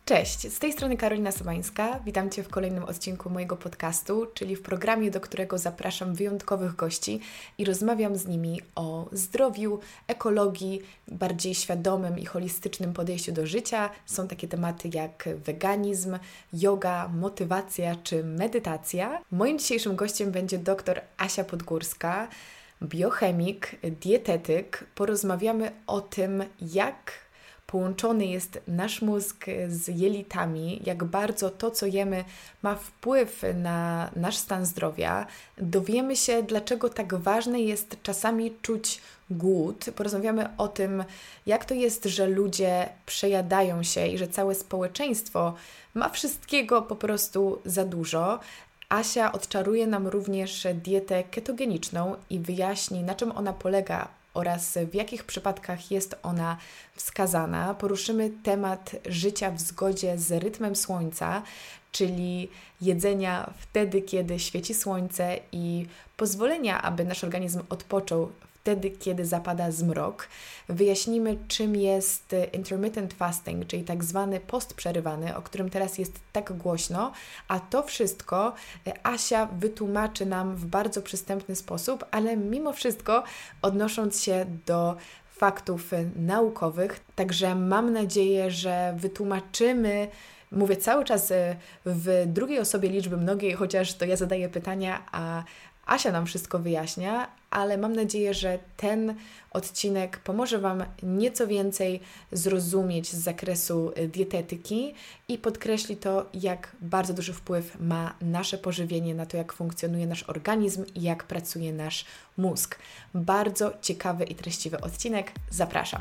Cześć, z tej strony Karolina Sobańska. Witam Cię w kolejnym odcinku mojego podcastu, czyli w programie, do którego zapraszam wyjątkowych gości i rozmawiam z nimi o zdrowiu, ekologii, bardziej świadomym i holistycznym podejściu do życia. Są takie tematy jak weganizm, yoga, motywacja czy medytacja. Moim dzisiejszym gościem będzie dr Asia Podgórska, biochemik, dietetyk. Porozmawiamy o tym, jak połączony jest nasz mózg z jelitami, jak bardzo to, co jemy, ma wpływ na nasz stan zdrowia. Dowiemy się, dlaczego tak ważne jest czasami czuć głód. Porozmawiamy o tym, jak to jest, że ludzie przejadają się i że całe społeczeństwo ma wszystkiego po prostu za dużo. Asia odczaruje nam również dietę ketogeniczną i wyjaśni, na czym ona polega oraz w jakich przypadkach jest ona wskazana. Poruszymy temat życia w zgodzie z rytmem słońca, czyli jedzenia wtedy, kiedy świeci słońce i pozwolenia, aby nasz organizm odpoczął wtedy, kiedy zapada zmrok. Wyjaśnimy, czym jest intermittent fasting, czyli tak zwany post przerywany, o którym teraz jest tak głośno, a to wszystko Asia wytłumaczy nam w bardzo przystępny sposób, ale mimo wszystko odnosząc się do faktów naukowych. Także mam nadzieję, że wytłumaczymy. Mówię cały czas w drugiej osobie liczby mnogiej, chociaż to ja zadaję pytania, a Asia nam wszystko wyjaśnia, ale mam nadzieję, że ten odcinek pomoże Wam nieco więcej zrozumieć z zakresu dietetyki i podkreśli to, jak bardzo duży wpływ ma nasze pożywienie na to, jak funkcjonuje nasz organizm i jak pracuje nasz mózg. Bardzo ciekawy i treściwy odcinek. Zapraszam.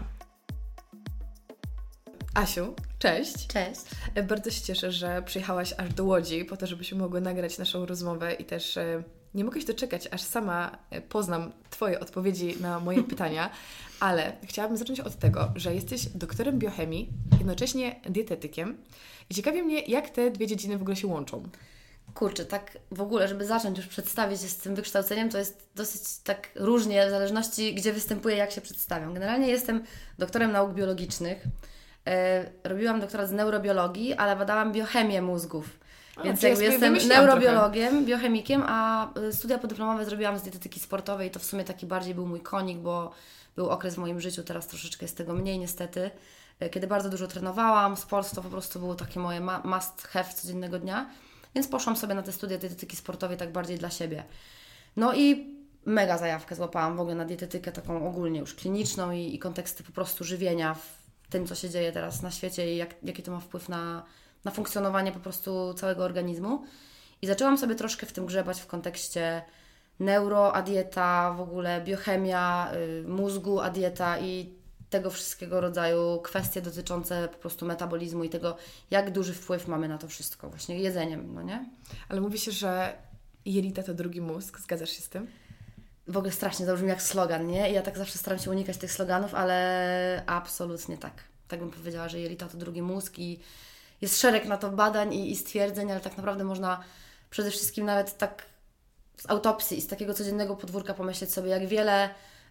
Asiu, cześć. Cześć. Bardzo się cieszę, że przyjechałaś aż do Łodzi po to, żebyśmy mogły nagrać naszą rozmowę i też nie mogę się doczekać, aż sama poznam Twoje odpowiedzi na moje pytania, ale chciałabym zacząć od tego, że jesteś doktorem biochemii, jednocześnie dietetykiem i ciekawi mnie, jak te dwie dziedziny w ogóle się łączą. Kurczę, tak w ogóle, żeby zacząć już przedstawić się z tym wykształceniem, to jest dosyć tak różnie, w zależności gdzie występuję, jak się przedstawiam. Generalnie jestem doktorem nauk biologicznych, robiłam doktorat z neurobiologii, ale badałam biochemię mózgów. Więc jakby jestem neurobiologiem, biochemikiem, a studia podyplomowe zrobiłam z dietetyki sportowej i to w sumie taki bardziej był mój konik, bo był okres w moim życiu, teraz troszeczkę jest tego mniej niestety, kiedy bardzo dużo trenowałam, sport to po prostu było takie moje must have codziennego dnia, więc poszłam sobie na te studia dietetyki sportowej tak bardziej dla siebie. No i mega zajawkę złapałam w ogóle na dietetykę taką ogólnie już kliniczną i konteksty po prostu żywienia w tym, co się dzieje teraz na świecie i jaki to ma wpływ na funkcjonowanie po prostu całego organizmu. I zaczęłam sobie troszkę w tym grzebać w kontekście neuro, a dieta, w ogóle biochemia, mózgu, a dieta i tego wszystkiego rodzaju kwestie dotyczące po prostu metabolizmu i tego, jak duży wpływ mamy na to wszystko, właśnie jedzeniem, no nie? Ale mówi się, że jelita to drugi mózg, zgadzasz się z tym? W ogóle strasznie to brzmi jak slogan, nie? I ja tak zawsze staram się unikać tych sloganów, ale absolutnie tak. Tak bym powiedziała, że jelita to drugi mózg i jest szereg na to badań i stwierdzeń, ale tak naprawdę można przede wszystkim nawet tak z autopsji i z takiego codziennego podwórka pomyśleć sobie, jak wiele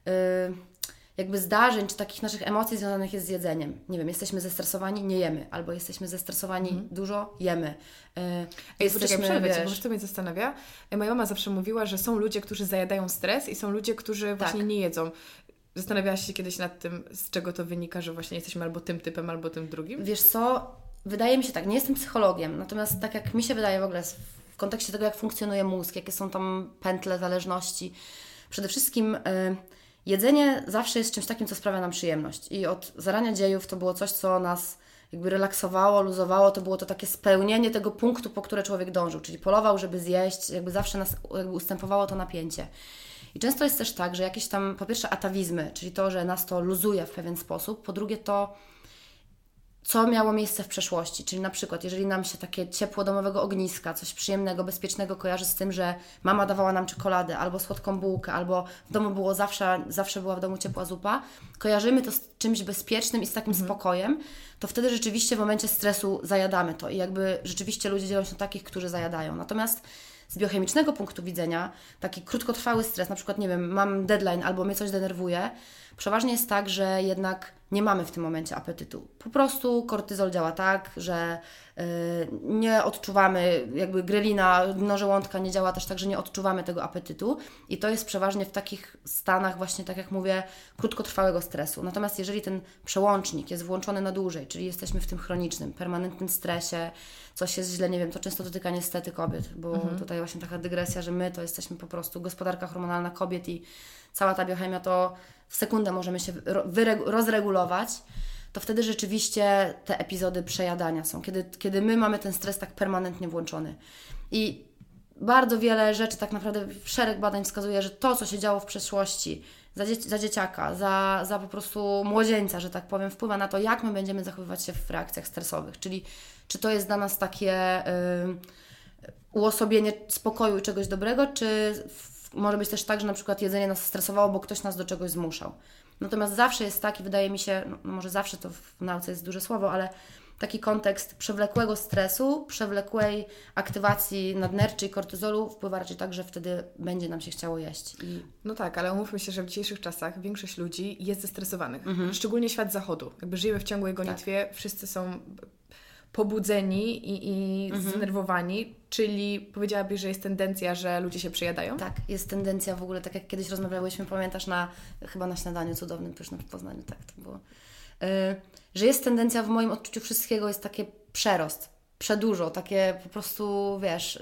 jakby zdarzeń, czy takich naszych emocji związanych jest z jedzeniem. Nie wiem, jesteśmy zestresowani, nie jemy. Albo jesteśmy zestresowani dużo, jemy. Poczekaj, przerwę Cię, bo już to mnie zastanawia. Moja mama zawsze mówiła, że są ludzie, którzy zajadają stres i są ludzie, którzy właśnie nie jedzą. Zastanawiałaś się kiedyś nad tym, z czego to wynika, że właśnie jesteśmy albo tym typem, albo tym drugim? Wiesz co, wydaje mi się tak, nie jestem psychologiem, natomiast tak jak mi się wydaje w ogóle w kontekście tego, jak funkcjonuje mózg, jakie są tam pętle zależności, przede wszystkim jedzenie zawsze jest czymś takim, co sprawia nam przyjemność i od zarania dziejów to było coś, co nas jakby relaksowało, luzowało, to było to takie spełnienie tego punktu, po które człowiek dążył, czyli polował, żeby zjeść, jakby zawsze nas jakby ustępowało to napięcie. I często jest też tak, że jakieś tam, po pierwsze atawizmy, czyli to, że nas to luzuje w pewien sposób, po drugie to, co miało miejsce w przeszłości, czyli na przykład, jeżeli nam się takie ciepło domowego ogniska, coś przyjemnego, bezpiecznego kojarzy z tym, że mama dawała nam czekoladę, albo słodką bułkę, albo w domu było zawsze była w domu ciepła zupa, kojarzymy to z czymś bezpiecznym i z takim spokojem, to wtedy rzeczywiście w momencie stresu zajadamy to i jakby rzeczywiście ludzie dzielą się na takich, którzy zajadają. Natomiast z biochemicznego punktu widzenia taki krótkotrwały stres, na przykład, nie wiem, mam deadline albo mnie coś denerwuje, przeważnie jest tak, że jednak nie mamy w tym momencie apetytu. Po prostu kortyzol działa tak, że nie odczuwamy, jakby grelina, dno żołądka nie działa też tak, że nie odczuwamy tego apetytu i to jest przeważnie w takich stanach właśnie, tak jak mówię, krótkotrwałego stresu. Natomiast jeżeli ten przełącznik jest włączony na dłużej, czyli jesteśmy w tym chronicznym, permanentnym stresie, coś jest źle, nie wiem, to często dotyka niestety kobiet, bo tutaj właśnie taka dygresja, że my to jesteśmy po prostu gospodarka hormonalna kobiet i cała ta biochemia to w sekundę możemy się rozregulować, to wtedy rzeczywiście te epizody przejadania są, kiedy my mamy ten stres tak permanentnie włączony. I bardzo wiele rzeczy, tak naprawdę szereg badań wskazuje, że to, co się działo w przeszłości za dzieciaka, za po prostu młodzieńca, że tak powiem, wpływa na to, jak my będziemy zachowywać się w reakcjach stresowych. Czyli czy to jest dla nas takie uosobienie spokoju i czegoś dobrego, czy może być też tak, że na przykład jedzenie nas stresowało, bo ktoś nas do czegoś zmuszał. Natomiast zawsze jest tak i wydaje mi się, no może zawsze to w nauce jest duże słowo, ale taki kontekst przewlekłego stresu, przewlekłej aktywacji nadnerczy i kortyzolu wpływa raczej tak, że wtedy będzie nam się chciało jeść. No tak, ale umówmy się, że w dzisiejszych czasach większość ludzi jest zestresowanych. Szczególnie świat zachodu. Jakby żyjemy w ciągłej gonitwie, wszyscy są pobudzeni i zdenerwowani, czyli powiedziałabyś, że jest tendencja, że ludzie się przejadają? Tak, jest tendencja w ogóle, tak jak kiedyś rozmawiałyśmy, pamiętasz, chyba na śniadaniu cudownym, pysznym w Poznaniu, tak to było, że jest tendencja, w moim odczuciu wszystkiego jest takie przerost, przedużo, takie po prostu, wiesz,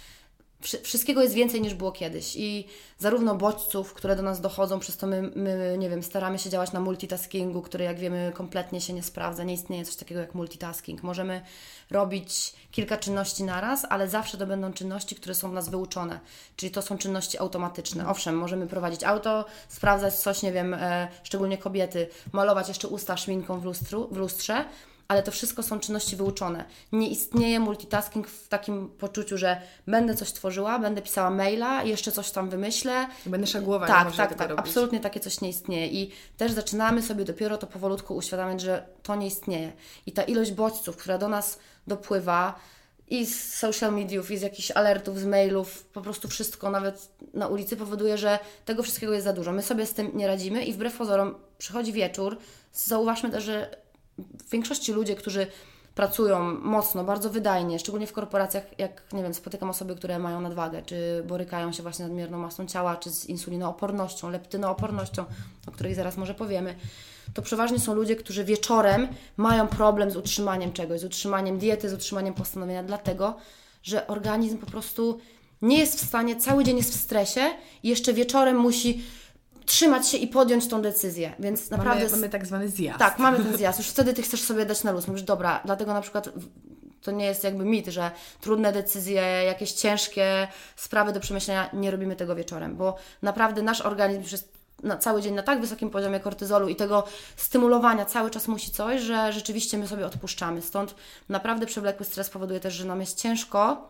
wszystkiego jest więcej niż było kiedyś i zarówno bodźców, które do nas dochodzą, przez to my, nie wiem, staramy się działać na multitaskingu, który jak wiemy kompletnie się nie sprawdza, nie istnieje coś takiego jak multitasking. Możemy robić kilka czynności naraz, ale zawsze to będą czynności, które są w nas wyuczone, czyli to są czynności automatyczne. Owszem, możemy prowadzić auto, sprawdzać coś, nie wiem, szczególnie kobiety, malować jeszcze usta szminką w lustrze, ale to wszystko są czynności wyuczone. Nie istnieje multitasking w takim poczuciu, że będę coś tworzyła, będę pisała maila, jeszcze coś tam wymyślę. Będę szagłowa. Tak, absolutnie takie coś nie istnieje. I też zaczynamy sobie dopiero to powolutku uświadamiać, że to nie istnieje. I ta ilość bodźców, która do nas dopływa i z social mediów, i z jakichś alertów, z mailów, po prostu wszystko, nawet na ulicy, powoduje, że tego wszystkiego jest za dużo. My sobie z tym nie radzimy i wbrew pozorom przychodzi wieczór. Zauważmy też, że w większości ludzie, którzy pracują mocno, bardzo wydajnie, szczególnie w korporacjach, jak nie wiem, spotykam osoby, które mają nadwagę, czy borykają się właśnie z nadmierną masą ciała, czy z insulinoopornością, leptynoopornością, o której zaraz może powiemy, to przeważnie są ludzie, którzy wieczorem mają problem z utrzymaniem czegoś, z utrzymaniem diety, z utrzymaniem postanowienia, dlatego, że organizm po prostu nie jest w stanie, cały dzień jest w stresie i jeszcze wieczorem musi trzymać się i podjąć tą decyzję, więc naprawdę... Mamy tak zwany zjazd. Tak, mamy ten zjazd. Już wtedy Ty chcesz sobie dać na luz. Mówisz, dobra, dlatego na przykład to nie jest jakby mit, że trudne decyzje, jakieś ciężkie sprawy do przemyślenia, nie robimy tego wieczorem, bo naprawdę nasz organizm już jest na cały dzień na tak wysokim poziomie kortyzolu i tego stymulowania cały czas musi coś, że rzeczywiście my sobie odpuszczamy. Stąd naprawdę przewlekły stres powoduje też, że nam jest ciężko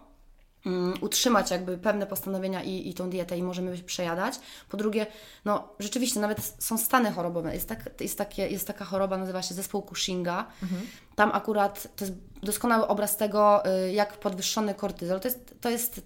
utrzymać jakby pewne postanowienia i tą dietę i możemy się przejadać. Po drugie, no rzeczywiście nawet są stany chorobowe. Jest taka choroba, nazywa się zespół Cushinga. Tam akurat to jest doskonały obraz tego, jak podwyższony kortyzol. To jest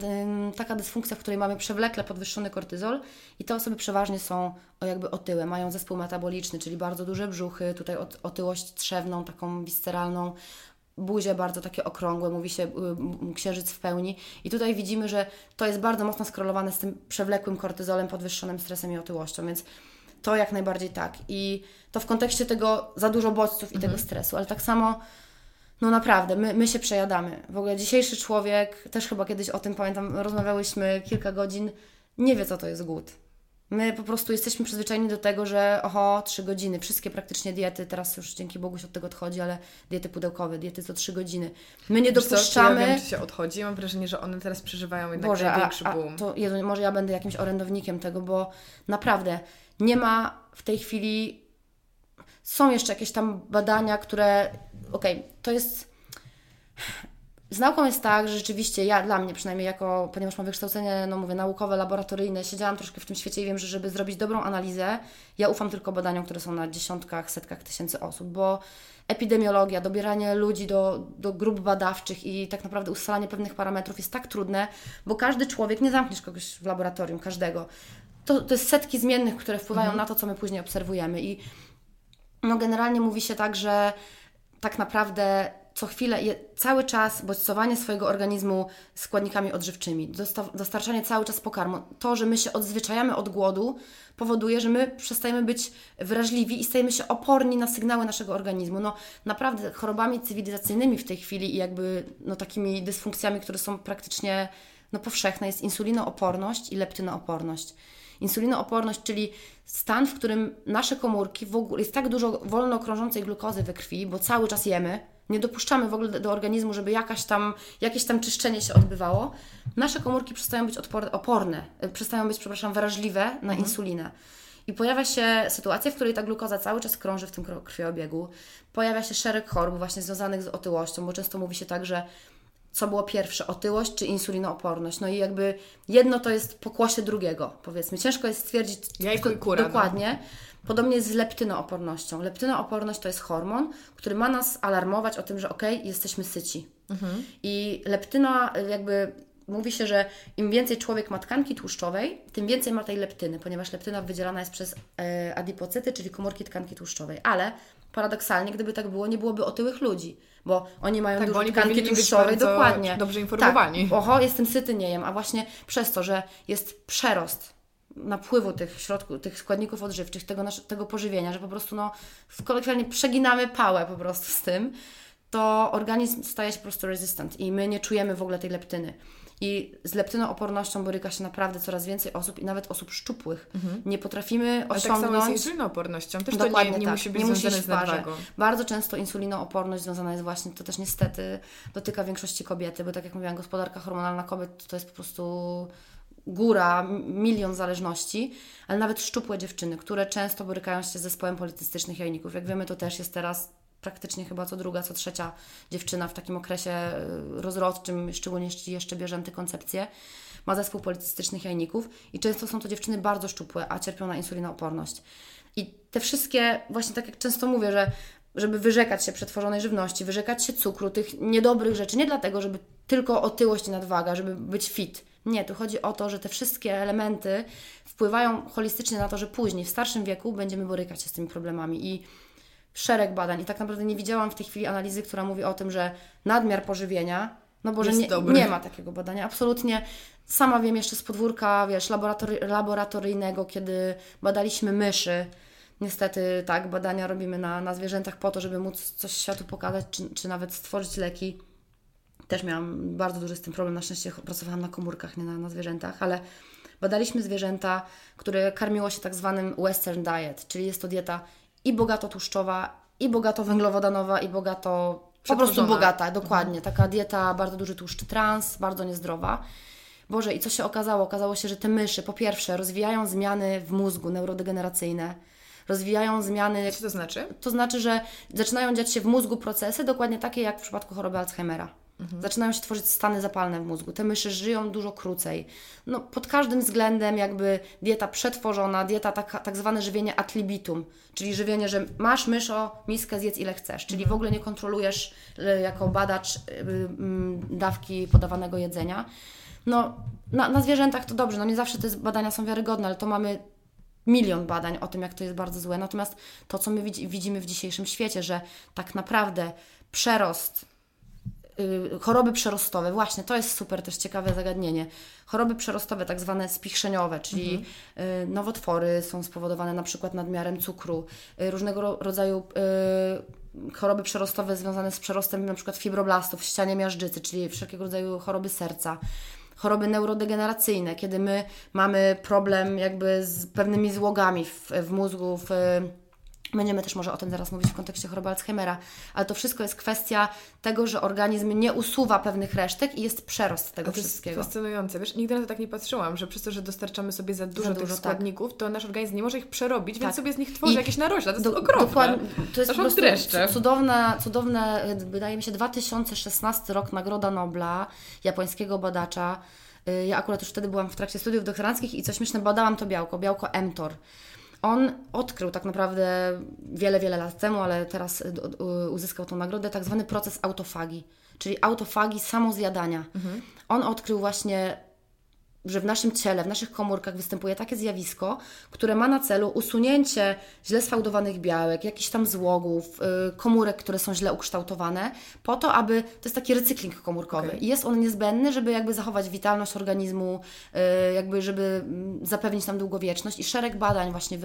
taka dysfunkcja, w której mamy przewlekle podwyższony kortyzol i te osoby przeważnie są jakby otyłe. Mają zespół metaboliczny, czyli bardzo duże brzuchy, tutaj otyłość trzewną, taką visceralną, buzie bardzo takie okrągłe, mówi się księżyc w pełni. I tutaj widzimy, że to jest bardzo mocno skorelowane z tym przewlekłym kortyzolem, podwyższonym stresem i otyłością, więc to jak najbardziej tak. I to w kontekście tego za dużo bodźców i tego stresu, ale tak samo, no naprawdę, my się przejadamy. W ogóle dzisiejszy człowiek, też chyba kiedyś o tym pamiętam, rozmawiałyśmy kilka godzin, nie wie co to jest głód. My po prostu jesteśmy przyzwyczajeni do tego, że 3 godziny, wszystkie praktycznie diety, teraz już dzięki Bogu się od tego odchodzi, ale diety pudełkowe, diety co 3 godziny. My nie dopuszczamy... Ja wiem, czy się odchodzi, mam wrażenie, że one teraz przeżywają jednak największy boom. Jezu, może ja będę jakimś orędownikiem tego, bo naprawdę nie ma w tej chwili... Są jeszcze jakieś tam badania, które... to jest... Z nauką jest tak, że rzeczywiście dla mnie przynajmniej, ponieważ mam wykształcenie, naukowe, laboratoryjne, siedziałam troszkę w tym świecie i wiem, że żeby zrobić dobrą analizę, ja ufam tylko badaniom, które są na dziesiątkach, setkach tysięcy osób, bo epidemiologia, dobieranie ludzi do grup badawczych i tak naprawdę ustalanie pewnych parametrów jest tak trudne, bo każdy człowiek, nie zamkniesz kogoś w laboratorium, każdego. to jest setki zmiennych, które wpływają na to, co my później obserwujemy. I no generalnie mówi się tak, że tak naprawdę co chwilę, cały czas bodźcowanie swojego organizmu składnikami odżywczymi, dostarczanie cały czas pokarmu, to, że my się odzwyczajamy od głodu, powoduje, że my przestajemy być wrażliwi i stajemy się oporni na sygnały naszego organizmu. No naprawdę chorobami cywilizacyjnymi w tej chwili i jakby no, takimi dysfunkcjami, które są praktycznie no, powszechne, jest insulinooporność i leptynooporność. Insulinooporność, czyli stan, w którym nasze komórki, w ogóle jest tak dużo wolno krążącej glukozy we krwi, bo cały czas jemy, nie dopuszczamy w ogóle do organizmu, żeby jakieś tam czyszczenie się odbywało, nasze komórki przestają być przestają być, wrażliwe na insulinę. I pojawia się sytuacja, w której ta glukoza cały czas krąży w tym krwiobiegu. Pojawia się szereg chorób właśnie związanych z otyłością, bo często mówi się tak, że co było pierwsze, otyłość czy insulinooporność. No i jakby jedno to jest pokłosie drugiego, powiedzmy. Ciężko jest stwierdzić jajko i kura, dokładnie. Podobnie jest z leptynoopornością. Leptynooporność to jest hormon, który ma nas alarmować o tym, że jesteśmy syci. I leptyna jakby mówi się, że im więcej człowiek ma tkanki tłuszczowej, tym więcej ma tej leptyny, ponieważ leptyna wydzielana jest przez adipocyty, czyli komórki tkanki tłuszczowej. Ale paradoksalnie, gdyby tak było, nie byłoby otyłych ludzi, bo oni mają dużo tkanki tłuszczowej, dokładnie. Dobrze informowani. Tak, jestem syty, nie jem, a właśnie przez to, że jest przerost napływu tych składników odżywczych, tego pożywienia, że po prostu kolokwialnie przeginamy pałę po prostu z tym, to organizm staje się po prostu resistant i my nie czujemy w ogóle tej leptyny. I z leptynoopornością boryka się naprawdę coraz więcej osób i nawet osób szczupłych. Nie potrafimy osiągnąć... Ale tak samo jest insulinoopornością. Też dokładnie to nie musi być związane z nadwagą. Bardzo często insulinooporność związana jest właśnie, to też niestety dotyka większości kobiety, bo tak jak mówiłam, gospodarka hormonalna kobiet to jest po prostu góra, milion zależności, ale nawet szczupłe dziewczyny, które często borykają się z zespołem policystycznych jajników. Jak wiemy, to też jest teraz praktycznie chyba co druga, co trzecia dziewczyna w takim okresie rozrodczym, szczególnie jeśli jeszcze bierze antykoncepcję, ma zespół policystycznych jajników i często są to dziewczyny bardzo szczupłe, a cierpią na insulinooporność. I te wszystkie, właśnie tak jak często mówię, że żeby wyrzekać się przetworzonej żywności, wyrzekać się cukru, tych niedobrych rzeczy, nie dlatego, żeby tylko otyłość i nadwaga, żeby być fit. Nie, tu chodzi o to, że te wszystkie elementy wpływają holistycznie na to, że później, w starszym wieku będziemy borykać się z tymi problemami i szereg badań. I tak naprawdę nie widziałam w tej chwili analizy, która mówi o tym, że nadmiar pożywienia, że nie ma takiego badania. Absolutnie. Sama wiem jeszcze z podwórka, laboratoryjnego, kiedy badaliśmy myszy. Niestety tak, badania robimy na zwierzętach po to, żeby móc coś światu pokazać, czy nawet stworzyć leki. Też miałam bardzo duży z tym problem. Na szczęście pracowałam na komórkach, nie na zwierzętach, ale badaliśmy zwierzęta, które karmiło się tak zwanym western diet, czyli jest to dieta i bogato tłuszczowa, i bogato węglowodanowa, i bogato... Po prostu bogata, dokładnie. Taka dieta, bardzo duży tłuszcz trans, bardzo niezdrowa. Boże, i co się okazało? Okazało się, że te myszy po pierwsze rozwijają zmiany w mózgu neurodegeneracyjne, rozwijają zmiany... Co to znaczy? To znaczy, że zaczynają dziać się w mózgu procesy dokładnie takie jak w przypadku choroby Alzheimera. Zaczynają się tworzyć stany zapalne w mózgu. Te myszy żyją dużo krócej. Pod każdym względem jakby dieta przetworzona, dieta tak zwane żywienie ad libitum, czyli żywienie, że masz myszo, miskę, zjedz ile chcesz, czyli w ogóle nie kontrolujesz jako badacz dawki podawanego jedzenia. Na zwierzętach to dobrze, nie zawsze te badania są wiarygodne, ale to mamy milion badań o tym, jak to jest bardzo złe. Natomiast to, co my widzimy w dzisiejszym świecie, że tak naprawdę przerost, choroby przerostowe, właśnie, to jest super też ciekawe zagadnienie. Choroby przerostowe, tak zwane spichrzeniowe, czyli nowotwory są spowodowane na przykład nadmiarem cukru, różnego rodzaju choroby przerostowe związane z przerostem na przykład fibroblastów w ścianie miażdżycy, czyli wszelkiego rodzaju choroby serca. Choroby neurodegeneracyjne, kiedy my mamy problem jakby z pewnymi złogami w mózgu, będziemy też może o tym zaraz mówić w kontekście choroby Alzheimera, ale to wszystko jest kwestia tego, że organizm nie usuwa pewnych resztek i jest przerost tego wszystkiego. To jest fascynujące. Wiesz, nigdy na to tak nie patrzyłam, że przez to, że dostarczamy sobie za dużo tych składników, to nasz organizm nie może ich przerobić, więc sobie z nich tworzy jakieś narośla. To jest okropne. Dokładnie. To jest po prostu cudowne, wydaje mi się, 2016 rok, Nagroda Nobla, japońskiego badacza. Ja akurat już wtedy byłam w trakcie studiów doktoranckich i co śmieszne, badałam to białko mTOR. On odkrył tak naprawdę wiele lat temu, ale teraz uzyskał tą nagrodę, tak zwany proces autofagii, czyli autofagii, samozjadania. On odkrył właśnie że w naszym ciele, w naszych komórkach występuje takie zjawisko, które ma na celu usunięcie źle sfałdowanych białek, jakichś tam złogów, komórek, które są źle ukształtowane, po to, aby, to jest taki recykling komórkowy i jest on niezbędny, żeby jakby zachować witalność organizmu, jakby żeby zapewnić nam długowieczność i szereg badań właśnie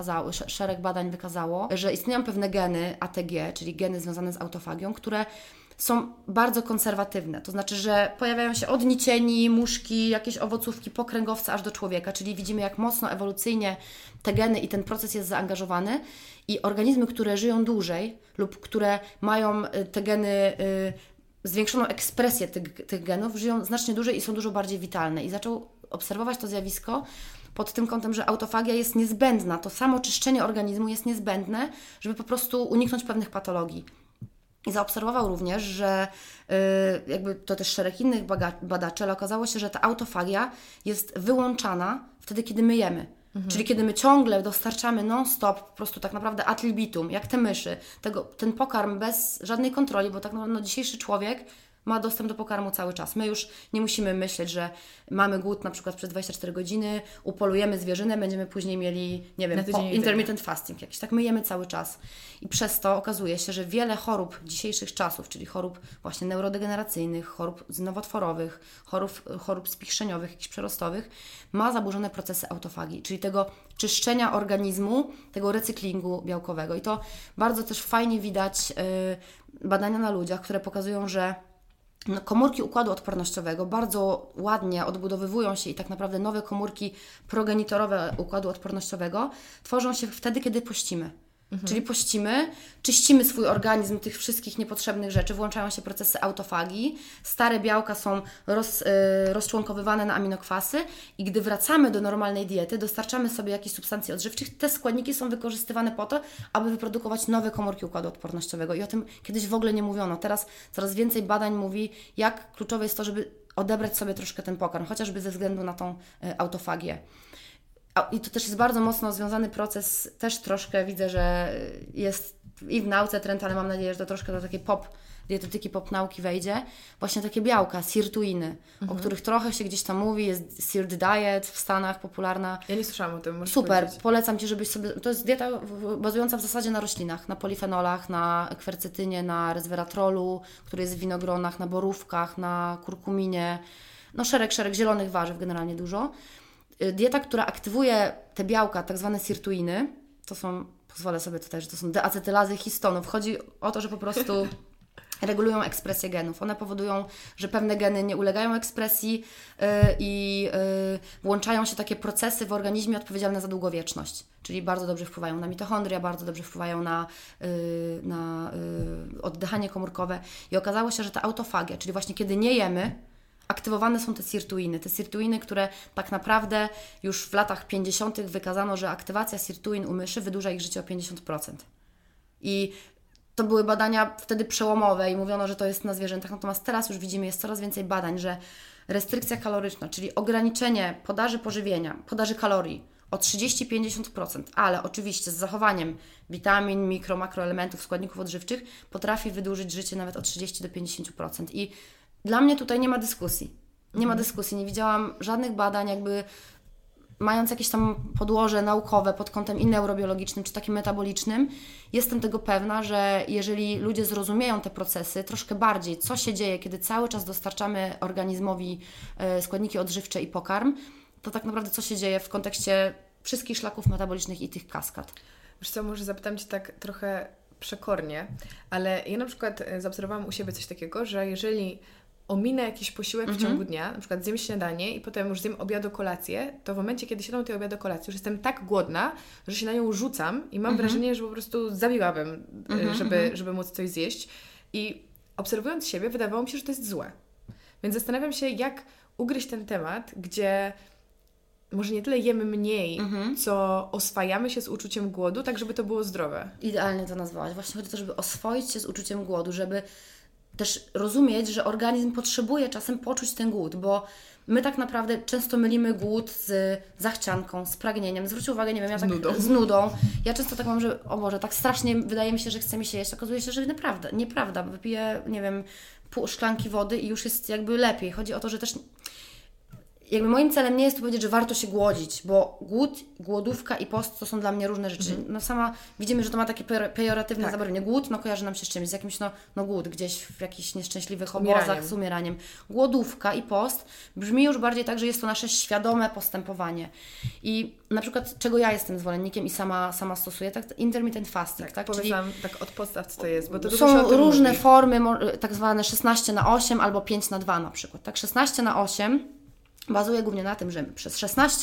wykazało, że istnieją pewne geny ATG, czyli geny związane z autofagią, które są bardzo konserwatywne, to znaczy, że pojawiają się od nicieni, muszki, jakieś owocówki, po kręgowce aż do człowieka, czyli widzimy, jak mocno ewolucyjnie te geny i ten proces jest zaangażowany i organizmy, które żyją dłużej lub które mają te geny, zwiększoną ekspresję tych genów, żyją znacznie dłużej i są dużo bardziej witalne. I zaczął obserwować to zjawisko pod tym kątem, że autofagia jest niezbędna, to samo czyszczenie organizmu jest niezbędne, żeby po prostu uniknąć pewnych patologii. I zaobserwował również, że jakby to też szereg innych badaczy, ale okazało się, że ta autofagia jest wyłączana wtedy, kiedy my jemy. Czyli kiedy my ciągle dostarczamy non-stop, po prostu tak naprawdę ad libitum, jak te myszy, ten pokarm bez żadnej kontroli, bo tak naprawdę dzisiejszy człowiek ma dostęp do pokarmu cały czas. My już nie musimy myśleć, że mamy głód na przykład przez 24 godziny, upolujemy zwierzynę, będziemy później mieli, nie wiem, intermittent fasting jakiś. Tak, my jemy cały czas. I przez to okazuje się, że wiele chorób dzisiejszych czasów, czyli chorób właśnie neurodegeneracyjnych, chorób nowotworowych, chorób spichrzeniowych, jakichś przerostowych, ma zaburzone procesy autofagii, czyli tego czyszczenia organizmu, tego recyklingu białkowego. I to bardzo też fajnie widać badania na ludziach, które pokazują, że komórki układu odpornościowego bardzo ładnie odbudowywują się i tak naprawdę nowe komórki progenitorowe układu odpornościowego tworzą się wtedy, kiedy pościmy. Czyli pościmy, czyścimy swój organizm tych wszystkich niepotrzebnych rzeczy, włączają się procesy autofagii, stare białka są rozczłonkowywane na aminokwasy i gdy wracamy do normalnej diety, dostarczamy sobie jakichś substancji odżywczych, te składniki są wykorzystywane po to, aby wyprodukować nowe komórki układu odpornościowego i o tym kiedyś w ogóle nie mówiono. Teraz coraz więcej badań mówi, jak kluczowe jest to, żeby odebrać sobie troszkę ten pokarm, chociażby ze względu na tą autofagię. I to też jest bardzo mocno związany proces, też troszkę widzę, że jest i w nauce trend, ale mam nadzieję, że to troszkę do takiej dietetyki nauki wejdzie. Właśnie takie białka, sirtuiny, o których trochę się gdzieś tam mówi, jest Seared Diet w Stanach popularna. Ja nie słyszałam o tym, możesz Super, powiedzieć. polecam Ci, żebyś sobie, to jest dieta bazująca w zasadzie na roślinach, na polifenolach, na kwercetynie, na resveratrolu, który jest w winogronach, na borówkach, na kurkuminie, no szereg zielonych warzyw, generalnie dużo. Dieta, która aktywuje te białka, tak zwane sirtuiny, to są, pozwolę sobie tutaj, że to są deacetylazy histonów. Chodzi o to, że po prostu regulują ekspresję genów. One powodują, że pewne geny nie ulegają ekspresji i włączają się takie procesy w organizmie odpowiedzialne za długowieczność. Czyli bardzo dobrze wpływają na mitochondria, bardzo dobrze wpływają na oddychanie komórkowe. I okazało się, że ta autofagia, czyli właśnie kiedy nie jemy, aktywowane są te sirtuiny, które tak naprawdę już w latach 50. wykazano, że aktywacja sirtuin u myszy wydłuża ich życie o 50%. I to były badania wtedy przełomowe i mówiono, że to jest na zwierzętach, natomiast teraz już widzimy, jest coraz więcej badań, że restrykcja kaloryczna, czyli ograniczenie podaży pożywienia, podaży kalorii o 30-50%, ale oczywiście z zachowaniem witamin, makroelementów, składników odżywczych potrafi wydłużyć życie nawet o 30-50%. I dla mnie tutaj nie ma dyskusji. Nie widziałam żadnych badań jakby mając jakieś tam podłoże naukowe pod kątem i neurobiologicznym, czy takim metabolicznym. Jestem tego pewna, że jeżeli ludzie zrozumieją te procesy troszkę bardziej, co się dzieje, kiedy cały czas dostarczamy organizmowi składniki odżywcze i pokarm, to tak naprawdę co się dzieje w kontekście wszystkich szlaków metabolicznych i tych kaskad. Wiesz co, może zapytam Cię tak trochę przekornie, ale ja na przykład zaobserwowałam u siebie coś takiego, że jeżeli ominę jakiś posiłek w ciągu dnia, na przykład zjem śniadanie i potem już zjem obiad, kolację, to w momencie, kiedy siadam do tej obiadu, kolacji, już jestem tak głodna, że się na nią rzucam i mam wrażenie, że po prostu zabiłabym, żeby móc coś zjeść. I obserwując siebie, wydawało mi się, że to jest złe. Więc zastanawiam się, jak ugryźć ten temat, gdzie może nie tyle jemy mniej, co oswajamy się z uczuciem głodu, tak żeby to było zdrowe. Idealnie to nazwałaś. Właśnie chodzi o to, żeby oswoić się z uczuciem głodu, żeby też rozumieć, że organizm potrzebuje czasem poczuć ten głód, bo my tak naprawdę często mylimy głód z zachcianką, z pragnieniem. Zwróćcie uwagę, nie wiem, ja tak z nudą. Ja często tak mam, że o Boże, tak strasznie wydaje mi się, że chce mi się jeść. Okazuje się, że nieprawda. Wypiję, nie wiem, pół szklanki wody i już jest jakby lepiej. Chodzi o to, że też jakby moim celem nie jest tu powiedzieć, że warto się głodzić, bo głód, głodówka i post to są dla mnie różne rzeczy. No sama widzimy, że to ma takie pejoratywne zabarwienie. Głód, no kojarzy nam się z czymś, z jakimś no głód, gdzieś w jakichś nieszczęśliwych obozach z umieraniem. Głodówka i post brzmi już bardziej tak, że jest to nasze świadome postępowanie. I na przykład, czego ja jestem zwolennikiem i sama stosuję, tak, intermittent fasting. Tak? Powiedz nam tak od podstaw, co to jest, bo to są różne formy, tak zwane 16/8 albo 5/2 na przykład. Tak, 16/8 bazuje głównie na tym, że przez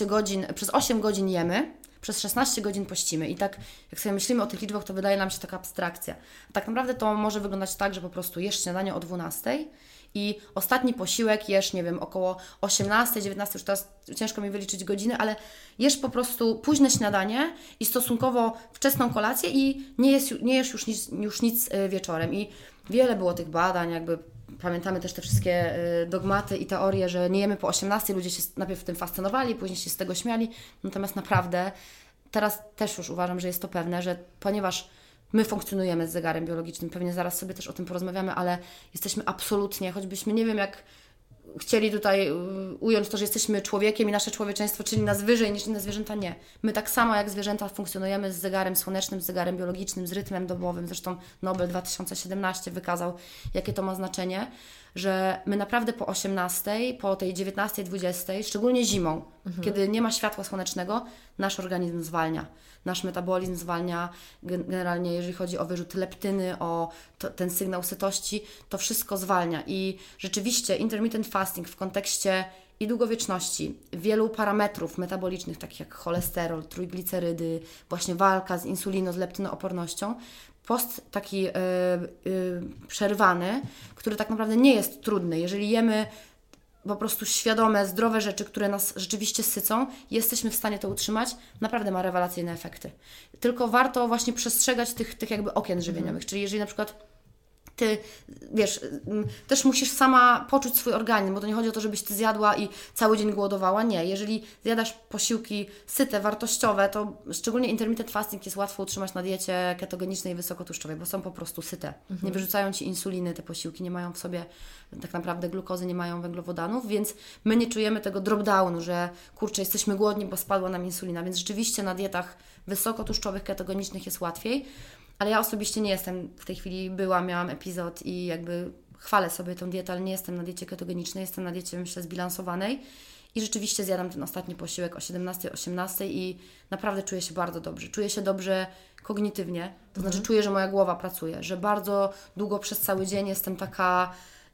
8 godzin jemy, przez 16 godzin pościmy. I tak jak sobie myślimy o tych liczbach, to wydaje nam się taka abstrakcja. A tak naprawdę to może wyglądać tak, że po prostu jesz śniadanie o 12 i ostatni posiłek jesz, nie wiem, około 18, 19, już teraz ciężko mi wyliczyć godziny, ale jesz po prostu późne śniadanie i stosunkowo wczesną kolację i nie jesz już nic wieczorem. I wiele było tych badań, jakby pamiętamy też te wszystkie dogmaty i teorie, że nie jemy po 18, ludzie się najpierw tym fascynowali, później się z tego śmiali, natomiast naprawdę teraz też już uważam, że jest to pewne, że ponieważ my funkcjonujemy z zegarem biologicznym, pewnie zaraz sobie też o tym porozmawiamy, ale jesteśmy absolutnie, choćbyśmy nie wiem jak chcieli tutaj ująć to, że jesteśmy człowiekiem i nasze człowieczeństwo czyni nas wyżej niż inne zwierzęta, nie. My tak samo jak zwierzęta funkcjonujemy z zegarem słonecznym, z zegarem biologicznym, z rytmem dobowym. Zresztą Nobel 2017 wykazał, jakie to ma znaczenie, że my naprawdę po 18, po tej 19, 20, szczególnie zimą, kiedy nie ma światła słonecznego, nasz organizm zwalnia. Nasz metabolizm zwalnia, generalnie jeżeli chodzi o wyrzut leptyny, ten sygnał sytości, to wszystko zwalnia. I rzeczywiście intermittent fasting w kontekście i długowieczności, wielu parametrów metabolicznych, takich jak cholesterol, trójglicerydy, właśnie walka z insulino, z leptynoopornością, post taki przerwany, który tak naprawdę nie jest trudny. Jeżeli jemy po prostu świadome, zdrowe rzeczy, które nas rzeczywiście sycą, jesteśmy w stanie to utrzymać, naprawdę ma rewelacyjne efekty. Tylko warto właśnie przestrzegać tych jakby okien żywieniowych, czyli jeżeli na przykład Ty, wiesz, też musisz sama poczuć swój organizm, bo to nie chodzi o to, żebyś Ty zjadła i cały dzień głodowała, nie. Jeżeli zjadasz posiłki syte, wartościowe, to szczególnie intermittent fasting jest łatwo utrzymać na diecie ketogenicznej i wysokotłuszczowej, bo są po prostu syte. Nie wyrzucają Ci insuliny te posiłki, nie mają w sobie tak naprawdę glukozy, nie mają węglowodanów, więc my nie czujemy tego drop-downu, że kurczę, jesteśmy głodni, bo spadła nam insulina, więc rzeczywiście na dietach wysokotłuszczowych, ketogenicznych jest łatwiej. Ale ja osobiście nie jestem, w tej chwili miałam epizod i jakby chwalę sobie tą dietę, ale nie jestem na diecie ketogenicznej, jestem na diecie, myślę, zbilansowanej i rzeczywiście zjadam ten ostatni posiłek o 17, 18 i naprawdę czuję się bardzo dobrze. Czuję się dobrze kognitywnie, to znaczy czuję, że moja głowa pracuje, że bardzo długo przez cały dzień jestem taka...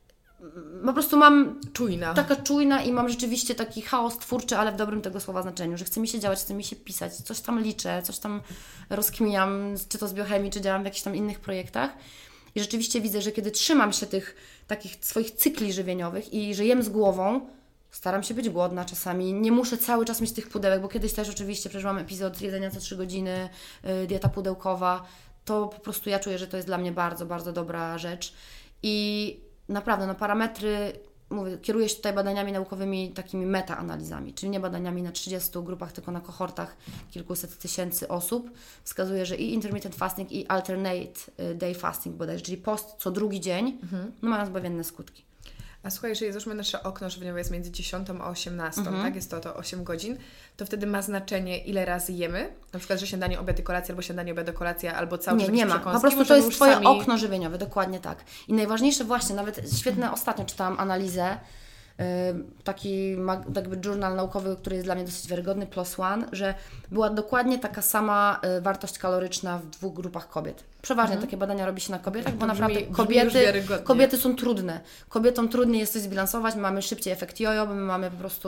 Po prostu mam taka czujna i mam rzeczywiście taki chaos twórczy, ale w dobrym tego słowa znaczeniu, że chce mi się działać, chce mi się pisać, coś tam liczę, coś tam rozkminiam, czy to z biochemii, czy działam w jakichś tam innych projektach i rzeczywiście widzę, że kiedy trzymam się tych takich swoich cykli żywieniowych i że jem z głową, staram się być głodna czasami, nie muszę cały czas mieć tych pudełek, bo kiedyś też oczywiście przeżyłam epizod jedzenia co 3 godziny, dieta pudełkowa, to po prostu ja czuję, że to jest dla mnie bardzo, bardzo dobra rzecz i naprawdę, parametry, mówię, kieruję się tutaj badaniami naukowymi, takimi metaanalizami, czyli nie badaniami na 30 grupach, tylko na kohortach kilkuset tysięcy osób. Wskazuje, że i intermittent fasting, i alternate day fasting bodajże, czyli post co drugi dzień, mają zbawienne skutki. A słuchaj, jeżeli załóżmy nasze okno żywieniowe jest między 10 a 18, tak? Jest to 8 godzin, to wtedy ma znaczenie, ile razy jemy? Na przykład, że śniadanie, obiad, kolacja, albo śniadanie, obiad, kolacja, albo cały czas nie ma. Po prostu to jest Twoje okno żywieniowe, dokładnie tak. I najważniejsze właśnie, nawet świetne, ostatnio czytałam analizę, taki jakby journal naukowy, który jest dla mnie dosyć wiarygodny, PLOS ONE, że była dokładnie taka sama wartość kaloryczna w 2 grupach kobiet. Przeważnie takie badania robi się na kobietach, bo naprawdę kobiety są trudne. Kobietom trudniej jest coś zbilansować, my mamy szybciej efekt jojo, my mamy po prostu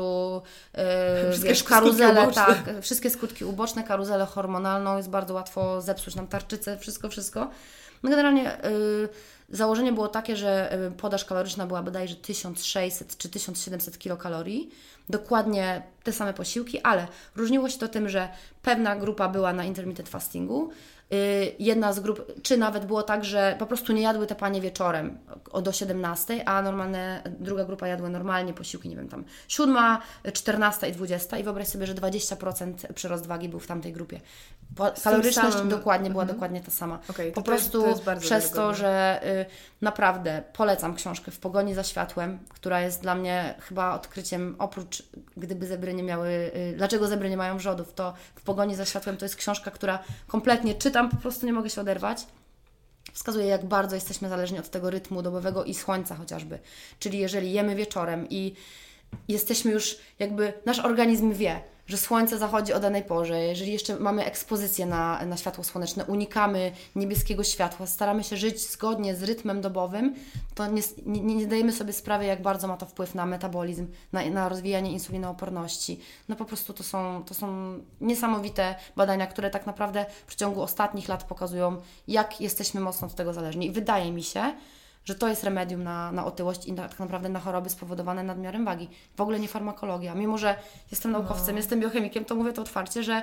karuzelę, wszystkie skutki uboczne, karuzelę hormonalną, jest bardzo łatwo zepsuć nam tarczycę, wszystko. No generalnie założenie było takie, że podaż kaloryczna była bodajże 1600 czy 1700 kilokalorii. Dokładnie te same posiłki, ale różniło się to tym, że pewna grupa była na intermittent fastingu, jedna z grup, czy nawet było tak, że po prostu nie jadły te panie wieczorem do 17, a druga grupa jadła normalnie posiłki, nie wiem, tam 7, 14 i 20 i wyobraź sobie, że 20% przyrost wagi był w tamtej grupie. Kaloryczność dokładnie była dokładnie ta sama. Okay, po prostu to jest przez to, że naprawdę polecam książkę W pogoni za światłem, która jest dla mnie chyba odkryciem, oprócz gdyby zebry nie miały, dlaczego zebry nie mają wrzodów, to W pogoni za światłem to jest książka, która kompletnie czytam, po prostu nie mogę się oderwać. Wskazuje, jak bardzo jesteśmy zależni od tego rytmu dobowego i słońca chociażby. Czyli jeżeli jemy wieczorem i jesteśmy już jakby, nasz organizm wie, że słońce zachodzi o danej porze, jeżeli jeszcze mamy ekspozycję na światło słoneczne, unikamy niebieskiego światła, staramy się żyć zgodnie z rytmem dobowym, to nie dajemy sobie sprawy, jak bardzo ma to wpływ na metabolizm, na rozwijanie insulinooporności. No po prostu to są niesamowite badania, które tak naprawdę w ciągu ostatnich lat pokazują, jak jesteśmy mocno od tego zależni. I wydaje mi się, że to jest remedium na otyłość i tak naprawdę na choroby spowodowane nadmiarem wagi. W ogóle nie farmakologia. Mimo że jestem naukowcem, jestem biochemikiem, to mówię to otwarcie, że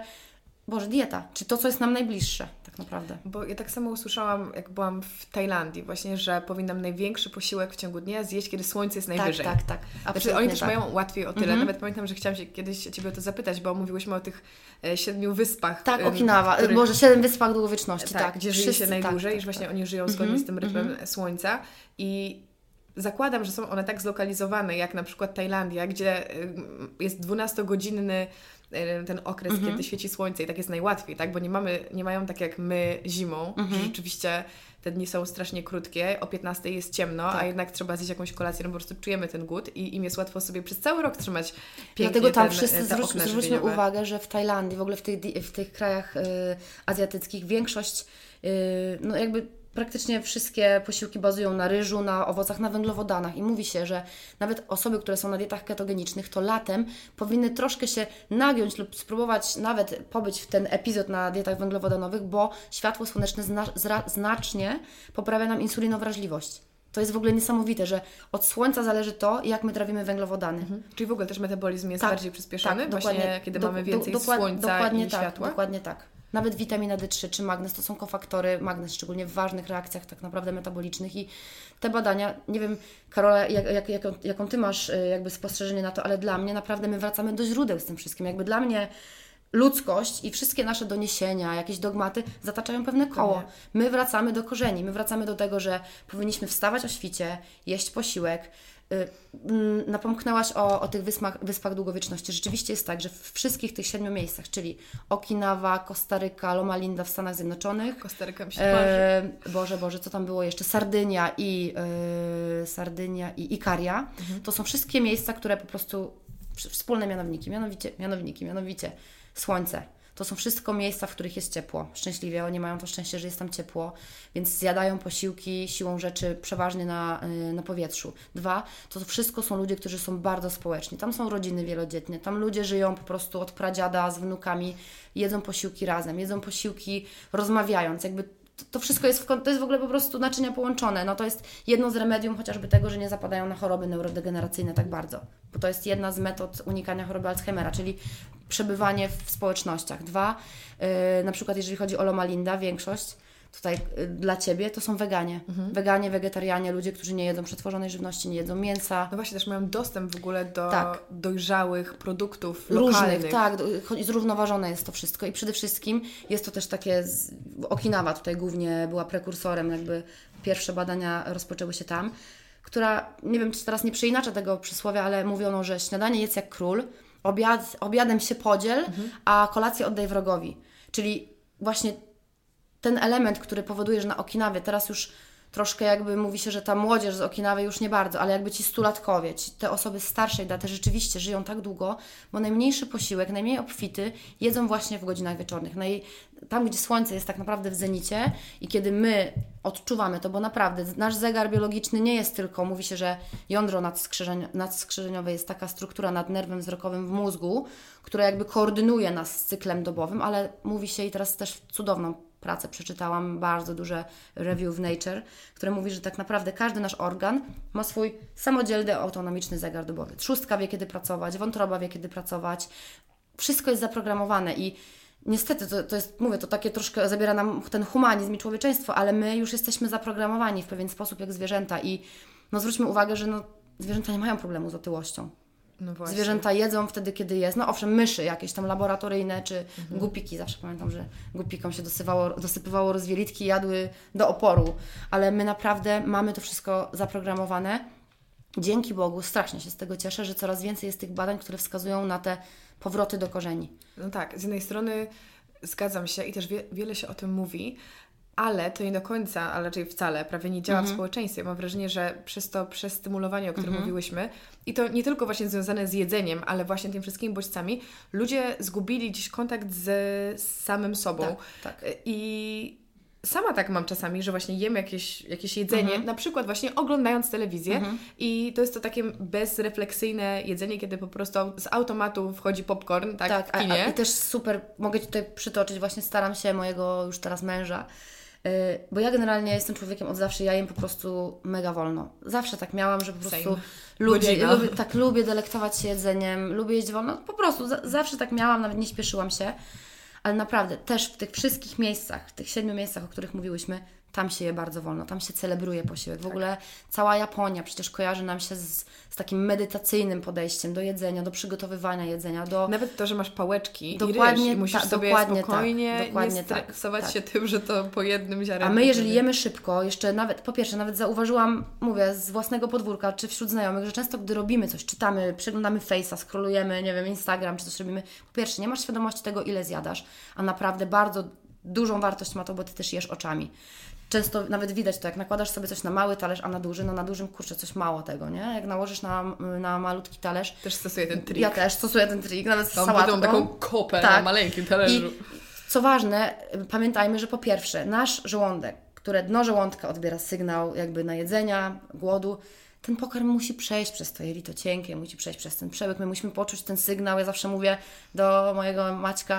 dieta, czy to, co jest nam najbliższe tak naprawdę. Bo ja tak samo usłyszałam, jak byłam w Tajlandii właśnie, że powinnam największy posiłek w ciągu dnia zjeść, kiedy słońce jest najwyżej. Tak. Znaczy, oni też mają łatwiej o tyle. Nawet pamiętam, że chciałam się kiedyś Ciebie o to zapytać, bo mówiłyśmy o tych 7 wyspach. Tak, Okinawa. 7 wyspach długowieczności. Tak, gdzie żyje się najdłużej i że właśnie oni żyją zgodnie z tym rytmem słońca. I zakładam, że są one tak zlokalizowane, jak na przykład Tajlandia, gdzie jest 12-godzinny ten okres, kiedy świeci słońce i tak jest najłatwiej, tak? Bo nie mają tak jak my zimą, że rzeczywiście te dni są strasznie krótkie, o 15 jest ciemno, a jednak trzeba zjeść jakąś kolację, no po prostu czujemy ten głód i im jest łatwo sobie przez cały rok trzymać pięknie. Dlatego tam wszyscy zwróćmy uwagę, że w Tajlandii, w ogóle w tych krajach azjatyckich większość jakby praktycznie wszystkie posiłki bazują na ryżu, na owocach, na węglowodanach i mówi się, że nawet osoby, które są na dietach ketogenicznych, to latem powinny troszkę się nagiąć lub spróbować nawet pobyć w ten epizod na dietach węglowodanowych, bo światło słoneczne znacznie poprawia nam insulinowrażliwość. To jest w ogóle niesamowite, że od słońca zależy to, jak my trawimy węglowodany. Czyli w ogóle też metabolizm jest bardziej przyspieszony, właśnie kiedy mamy więcej słońca i światła? Dokładnie tak. Nawet witamina D3 czy magnez to są kofaktory, magnez szczególnie w ważnych reakcjach tak naprawdę metabolicznych i te badania, nie wiem Karola, jaką Ty masz jakby spostrzeżenie na to, ale dla mnie naprawdę my wracamy do źródeł z tym wszystkim. Jakby dla mnie ludzkość i wszystkie nasze doniesienia, jakieś dogmaty zataczają pewne koło. My wracamy do korzeni, my wracamy do tego, że powinniśmy wstawać o świcie, jeść posiłek. Napomknęłaś o tych wyspach długowieczności. Rzeczywiście jest tak, że w wszystkich tych 7 miejscach, czyli Okinawa, Kostaryka, Loma Linda w Stanach Zjednoczonych. Kostaryka mi się marzy. Boże, co tam było jeszcze? Sardynia i Ikaria. To są wszystkie miejsca, które po prostu wspólne mianowniki, słońce. To są wszystko miejsca, w których jest ciepło. Szczęśliwie oni mają to szczęście, że jest tam ciepło, więc zjadają posiłki siłą rzeczy przeważnie na powietrzu. 2, to wszystko są ludzie, którzy są bardzo społeczni. Tam są rodziny wielodzietne, tam ludzie żyją po prostu od pradziada z wnukami, jedzą posiłki razem, jedzą posiłki rozmawiając, jakby to wszystko to jest w ogóle po prostu naczynia połączone. No to jest jedno z remedium chociażby tego, że nie zapadają na choroby neurodegeneracyjne tak bardzo. Bo to jest jedna z metod unikania choroby Alzheimera, czyli przebywanie w społecznościach. 2, na przykład jeżeli chodzi o Loma Linda, większość tutaj dla Ciebie to są weganie. Weganie, wegetarianie, ludzie, którzy nie jedzą przetworzonej żywności, nie jedzą mięsa. No właśnie, też mają dostęp w ogóle do dojrzałych produktów lokalnych. Różnych, tak. Zrównoważone jest to wszystko i przede wszystkim jest to też takie... Okinawa tutaj głównie była prekursorem, jakby pierwsze badania rozpoczęły się tam, która, nie wiem, czy teraz nie przeinaczę tego przysłowia, ale mówiono, że śniadanie jedz jak król, obiadem się podziel, a kolację oddaj wrogowi. Czyli właśnie ten element, który powoduje, że na Okinawie teraz już troszkę jakby mówi się, że ta młodzież z Okinawy już nie bardzo, ale jakby ci stulatkowie, te osoby starszej daty rzeczywiście żyją tak długo, bo najmniejszy posiłek, najmniej obfity jedzą właśnie w godzinach wieczornych. Tam, gdzie słońce jest tak naprawdę w zenicie i kiedy odczuwamy to, bo naprawdę nasz zegar biologiczny nie jest tylko, mówi się, że jądro nadskrzyżeniowe jest taka struktura nad nerwem wzrokowym w mózgu, która jakby koordynuje nas z cyklem dobowym, ale mówi się i teraz też cudowną pracę przeczytałam, bardzo duże review w Nature, które mówi, że tak naprawdę każdy nasz organ ma swój samodzielny, autonomiczny zegar dobowy. Trzustka wie, kiedy pracować, wątroba wie, kiedy pracować. Wszystko jest zaprogramowane i niestety to jest, mówię, to takie troszkę zabiera nam ten humanizm i człowieczeństwo, ale my już jesteśmy zaprogramowani w pewien sposób jak zwierzęta i no zwróćmy uwagę, że no, zwierzęta nie mają problemu z otyłością. No właśnie. Zwierzęta jedzą wtedy, kiedy jest. No owszem, myszy jakieś tam laboratoryjne, czy gupiki. Zawsze pamiętam, że gupikom się dosypywało rozwielitki i jadły do oporu. Ale my naprawdę mamy to wszystko zaprogramowane. Dzięki Bogu, strasznie się z tego cieszę, że coraz więcej jest tych badań, które wskazują na te powroty do korzeni. No tak, z jednej strony zgadzam się i też wiele się o tym mówi, ale to nie do końca, a raczej wcale, prawie nie działa w społeczeństwie. Mam wrażenie, że przez to przestymulowanie, o którym mówiłyśmy, i to nie tylko właśnie związane z jedzeniem, ale właśnie tymi wszystkimi bodźcami, ludzie zgubili dziś kontakt z samym sobą. Tak. I sama tak mam czasami, że właśnie jem jakieś jedzenie, na przykład właśnie oglądając telewizję i to jest to takie bezrefleksyjne jedzenie, kiedy po prostu z automatu wchodzi popcorn, tak w kinie. I też super, mogę Ci tutaj przytoczyć, właśnie staram się mojego już teraz męża, bo ja generalnie jestem człowiekiem od zawsze, ja jem po prostu mega wolno. Zawsze tak miałam, że po prostu lubię delektować się jedzeniem, lubię jeść wolno, po prostu zawsze tak miałam, nawet nie śpieszyłam się. Ale naprawdę też w tych wszystkich miejscach, w tych 7 miejscach, o których mówiłyśmy, tam się je bardzo wolno, tam się celebruje posiłek. W ogóle cała Japonia przecież kojarzy nam się z takim medytacyjnym podejściem do jedzenia, do przygotowywania jedzenia, do... Nawet to, że masz pałeczki dokładnie, i ryż i musisz sobie spokojnie nie stresować się tym, że to po jednym ziarnku. A my jeżeli jemy szybko, jeszcze nawet, po pierwsze, nawet zauważyłam, mówię, z własnego podwórka, czy wśród znajomych, że często gdy robimy coś, czytamy, przeglądamy Face'a, scrollujemy, nie wiem, Instagram, czy coś robimy, po pierwsze, nie masz świadomości tego, ile zjadasz, a naprawdę bardzo dużą wartość ma to, bo Ty też jesz oczami. Często nawet widać to, jak nakładasz sobie coś na mały talerz, a na duży, no na dużym, kurczę, coś mało tego, nie? Jak nałożysz na malutki talerz... Też stosuję ten trik. Ja też stosuję ten trik, nawet z sałatką. Mam taką kopę na maleńkim talerzu. I co ważne, pamiętajmy, że po pierwsze, nasz żołądek, które dno żołądka odbiera sygnał jakby najedzenia, głodu, ten pokarm musi przejść przez to jelito cienkie, musi przejść przez ten przełyk, my musimy poczuć ten sygnał. Ja zawsze mówię do mojego Maćka,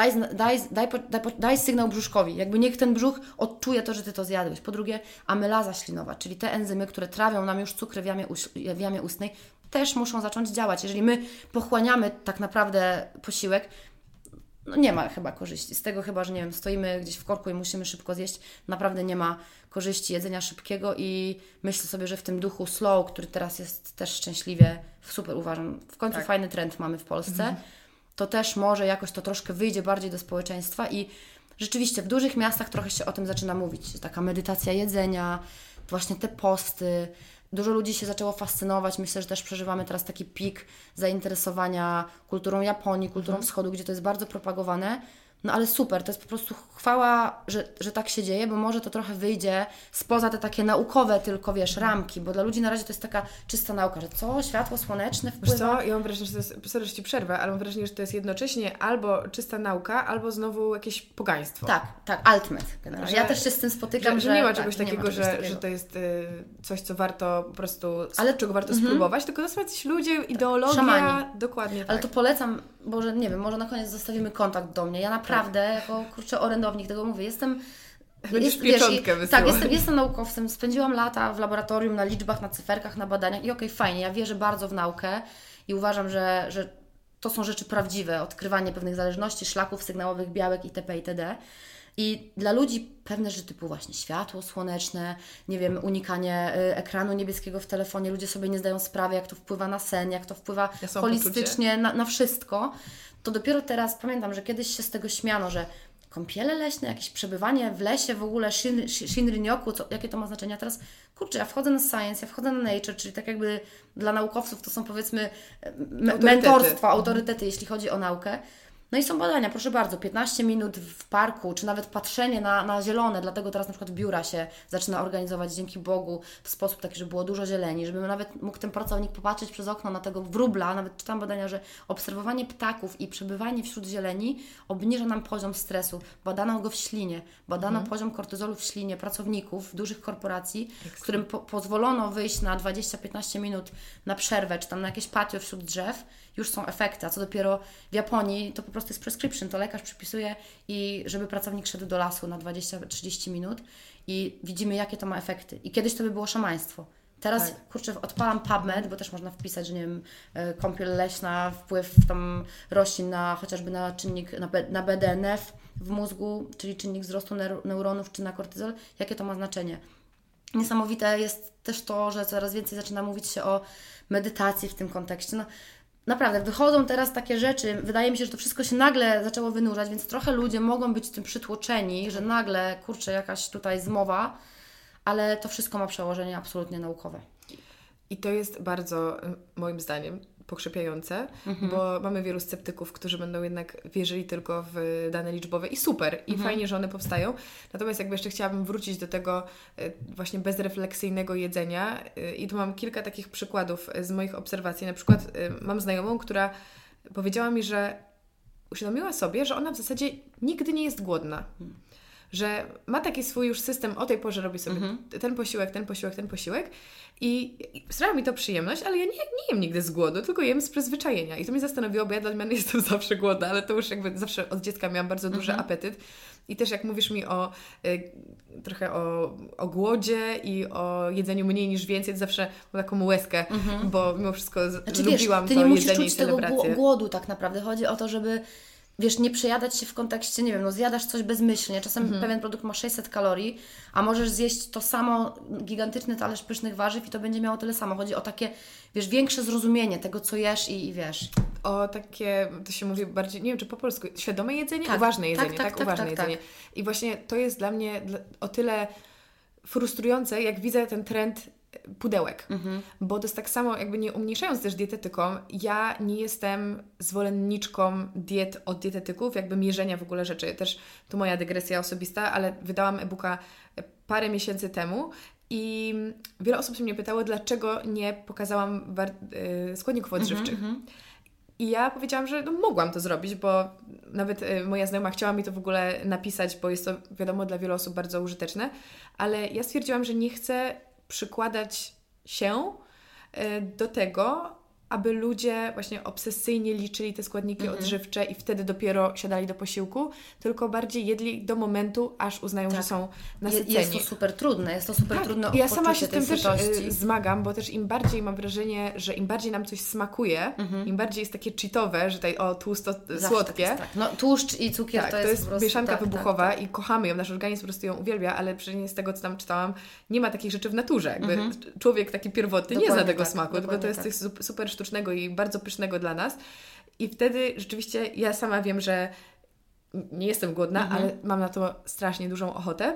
daj sygnał brzuszkowi, jakby niech ten brzuch odczuje to, że Ty to zjadłeś. Po drugie, amylaza ślinowa, czyli te enzymy, które trawią nam już cukry w jamie ustnej, też muszą zacząć działać. Jeżeli my pochłaniamy tak naprawdę posiłek, no nie ma chyba korzyści. Z tego chyba, że nie wiem, stoimy gdzieś w korku i musimy szybko zjeść, naprawdę nie ma korzyści jedzenia szybkiego i myślę sobie, że w tym duchu slow, który teraz jest też szczęśliwie, super uważam, w końcu fajny trend mamy w Polsce, to też może jakoś to troszkę wyjdzie bardziej do społeczeństwa i rzeczywiście w dużych miastach trochę się o tym zaczyna mówić. Taka medytacja jedzenia, właśnie te posty. Dużo ludzi się zaczęło fascynować. Myślę, że też przeżywamy teraz taki pik zainteresowania kulturą Japonii, kulturą wschodu, gdzie to jest bardzo propagowane. No ale super, to jest po prostu chwała, że tak się dzieje, bo może to trochę wyjdzie spoza te takie naukowe tylko, wiesz, ramki, bo dla ludzi na razie to jest taka czysta nauka, że co? Światło słoneczne wpływa? Wiesz co? Ja mam wrażenie, że to jest, sorry, że Ci przerwę, ale mam wrażenie, że to jest jednocześnie albo czysta nauka, albo znowu jakieś pogaństwo. Tak, ultimate generalnie. Ja też się z tym spotykam, że nie ma czegoś takiego, że to jest coś, co warto po prostu, czego warto spróbować, tylko to są jacyś ludzie, ideologia, szamani. Dokładnie tak. Ale to polecam, bo że nie wiem, może na koniec zostawimy kontakt do mnie. Ja naprawdę, jako kurczę orędownik tego mówię, jestem pieczątkę wysyłać. Tak, jestem naukowcem, spędziłam lata w laboratorium, na liczbach, na cyferkach, na badaniach i okej, fajnie, ja wierzę bardzo w naukę i uważam, że to są rzeczy prawdziwe, odkrywanie pewnych zależności, szlaków sygnałowych, białek itp. itd. I dla ludzi pewne rzeczy typu właśnie światło słoneczne, nie wiem, unikanie ekranu niebieskiego w telefonie, ludzie sobie nie zdają sprawy, jak to wpływa na sen, jak to wpływa holistycznie na wszystko, to dopiero teraz pamiętam, że kiedyś się z tego śmiano, że kąpiele leśne, jakieś przebywanie w lesie, w ogóle Shinrin-yoku, jakie to ma znaczenie? A teraz, kurczę, ja wchodzę na Science, ja wchodzę na Nature, czyli tak jakby dla naukowców to są powiedzmy mentorstwa, autorytety, jeśli chodzi o naukę. No i są badania, proszę bardzo, 15 minut w parku, czy nawet patrzenie na zielone, dlatego teraz na przykład biura się zaczyna organizować, dzięki Bogu, w sposób taki, żeby było dużo zieleni, żeby nawet mógł ten pracownik popatrzeć przez okno na tego wróbla, nawet czytam badania, że obserwowanie ptaków i przebywanie wśród zieleni obniża nam poziom stresu. Badano go w ślinie, badano poziom kortyzolu w ślinie pracowników dużych korporacji, którym pozwolono wyjść na 20-15 minut na przerwę, czy tam na jakieś patio wśród drzew, już są efekty, a co dopiero w Japonii to po prostu jest prescription, to lekarz przypisuje i żeby pracownik szedł do lasu na 20-30 minut i widzimy, jakie to ma efekty. I kiedyś to by było szamaństwo. Teraz, kurczę, odpalam PubMed, bo też można wpisać, że nie wiem, kąpiel leśna, wpływ tam roślin na chociażby na czynnik, na BDNF w mózgu, czyli czynnik wzrostu neuronów, czy na kortyzol, jakie to ma znaczenie. Niesamowite jest też to, że coraz więcej zaczyna mówić się o medytacji w tym kontekście. No, naprawdę, wychodzą teraz takie rzeczy, wydaje mi się, że to wszystko się nagle zaczęło wynurzać, więc trochę ludzie mogą być tym przytłoczeni, że nagle, kurczę, jakaś tutaj zmowa, ale to wszystko ma przełożenie absolutnie naukowe. I to jest bardzo, moim zdaniem, pokrzepiające, bo mamy wielu sceptyków, którzy będą jednak wierzyli tylko w dane liczbowe i super, i fajnie, że one powstają. Natomiast jakby jeszcze chciałabym wrócić do tego właśnie bezrefleksyjnego jedzenia i tu mam kilka takich przykładów z moich obserwacji. Na przykład mam znajomą, która powiedziała mi, że uświadomiła sobie, że ona w zasadzie nigdy nie jest głodna. Że ma taki swój już system, o tej porze robi sobie ten posiłek i sprawia mi to przyjemność, ale ja nie jem nigdy z głodu, tylko jem z przyzwyczajenia. I to mnie zastanowiło, bo ja dla odmiany jestem zawsze głodna, ale to już jakby zawsze od dziecka miałam bardzo duży apetyt. I też jak mówisz mi trochę o głodzie i o jedzeniu mniej niż więcej, to zawsze mam taką łezkę, bo mimo wszystko lubiłam ty to nie musisz jedzenie czuć i celebrację. tego głodu tak naprawdę. Chodzi o to, żeby nie przejadać się w kontekście, nie wiem, no zjadasz coś bezmyślnie, czasem pewien produkt ma 600 kalorii, a możesz zjeść to samo, gigantyczny talerz pysznych warzyw i to będzie miało tyle samo. Chodzi o takie, większe zrozumienie tego, co jesz i wiesz. O takie, to się mówi bardziej, nie wiem czy po polsku, świadome jedzenie? Uważne jedzenie, uważne jedzenie. I właśnie to jest dla mnie o tyle frustrujące, jak widzę ten trend pudełek, bo to jest tak samo, jakby nie umniejszając też dietetyką, ja nie jestem zwolenniczką diet od dietetyków, jakby mierzenia w ogóle rzeczy. Też to moja dygresja osobista, ale wydałam e-booka parę miesięcy temu i wiele osób się mnie pytało, dlaczego nie pokazałam składników odżywczych. I ja powiedziałam, że mogłam to zrobić, bo nawet moja znajoma chciała mi to w ogóle napisać, bo jest to, wiadomo, dla wielu osób bardzo użyteczne, ale ja stwierdziłam, że nie chcę przykładać się do tego, aby ludzie właśnie obsesyjnie liczyli te składniki odżywcze i wtedy dopiero siadali do posiłku, tylko bardziej jedli do momentu, aż uznają, że są nasyceni. Jest to super trudne, trudne ja sama się z tym też zmagam, bo też im bardziej mam wrażenie, że im bardziej nam coś smakuje, im bardziej jest takie cheatowe, że tutaj tłusto, słodkie. Tak. No, tłuszcz i cukier to jest po prostu mieszanka wybuchowa i kochamy ją, nasz organizm po prostu ją uwielbia, ale przynajmniej z tego, co tam czytałam, nie ma takich rzeczy w naturze. Jakby człowiek taki pierwotny nie zna tego smaku, tylko to jest coś super sztucznego i bardzo pysznego dla nas. I wtedy rzeczywiście ja sama wiem, że nie jestem głodna, ale mam na to strasznie dużą ochotę.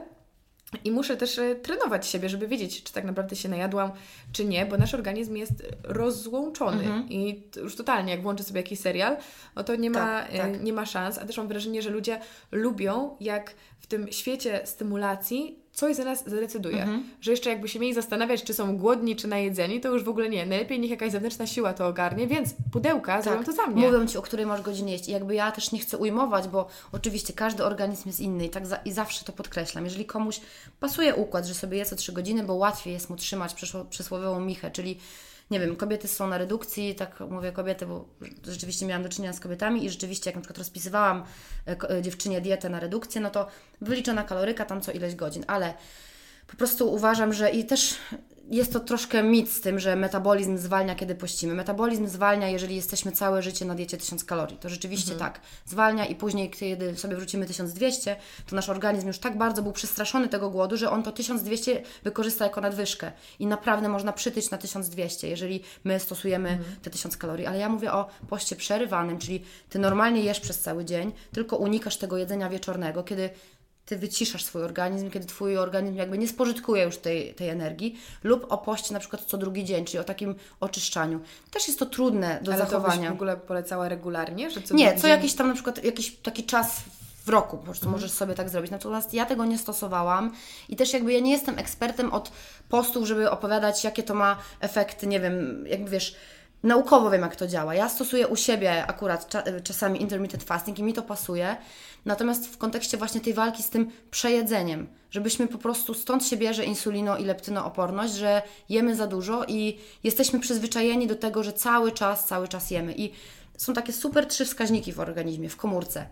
I muszę też trenować siebie, żeby wiedzieć, czy tak naprawdę się najadłam, czy nie, bo nasz organizm jest rozłączony i już totalnie, jak włączę sobie jakiś serial, no to nie ma szans, a też mam wrażenie, że ludzie lubią, jak w tym świecie stymulacji coś za nas zadecyduje. Że jeszcze jakby się mieli zastanawiać, czy są głodni, czy najedzeni, to już w ogóle nie. Najlepiej niech jakaś zewnętrzna siła to ogarnie, więc pudełka zrobią to za mnie. Mówią Ci, o której masz godzinie jeść. I jakby ja też nie chcę ujmować, bo oczywiście każdy organizm jest inny i zawsze to podkreślam. Jeżeli komuś pasuje układ, że sobie je co 3 godziny, bo łatwiej jest mu trzymać przysłowiową michę, czyli nie wiem, kobiety są na redukcji, tak mówię kobiety, bo rzeczywiście miałam do czynienia z kobietami i rzeczywiście jak na przykład rozpisywałam dziewczynie dietę na redukcję, no to wyliczona kaloryka tam co ileś godzin, ale po prostu uważam, że i też jest to troszkę mit z tym, że metabolizm zwalnia, kiedy pościmy. Metabolizm zwalnia, jeżeli jesteśmy całe życie na diecie 1000 kalorii. To rzeczywiście tak, zwalnia i później, kiedy sobie wrzucimy 1200, to nasz organizm już tak bardzo był przestraszony tego głodu, że on to 1200 wykorzysta jako nadwyżkę. I naprawdę można przytyć na 1200, jeżeli my stosujemy te 1000 kalorii. Ale ja mówię o poście przerywanym, czyli Ty normalnie jesz przez cały dzień, tylko unikasz tego jedzenia wieczornego, kiedy Ty wyciszasz swój organizm, kiedy Twój organizm jakby nie spożytkuje już tej energii, lub o poście na przykład co drugi dzień, czyli o takim oczyszczaniu. Też jest to trudne do zachowania. Ale to byś w ogóle polecała regularnie? Że co jakiś tam na przykład jakiś taki czas w roku po prostu możesz sobie tak zrobić. Natomiast ja tego nie stosowałam i też jakby ja nie jestem ekspertem od postów, żeby opowiadać, jakie to ma efekty, nie wiem, jakby wiesz, naukowo wiem, jak to działa. Ja stosuję u siebie akurat czasami intermittent fasting i mi to pasuje. Natomiast w kontekście właśnie tej walki z tym przejedzeniem, żebyśmy po prostu, stąd się bierze insulino- i leptynooporność, że jemy za dużo i jesteśmy przyzwyczajeni do tego, że cały czas jemy. I są takie super 3 wskaźniki w organizmie, w komórce.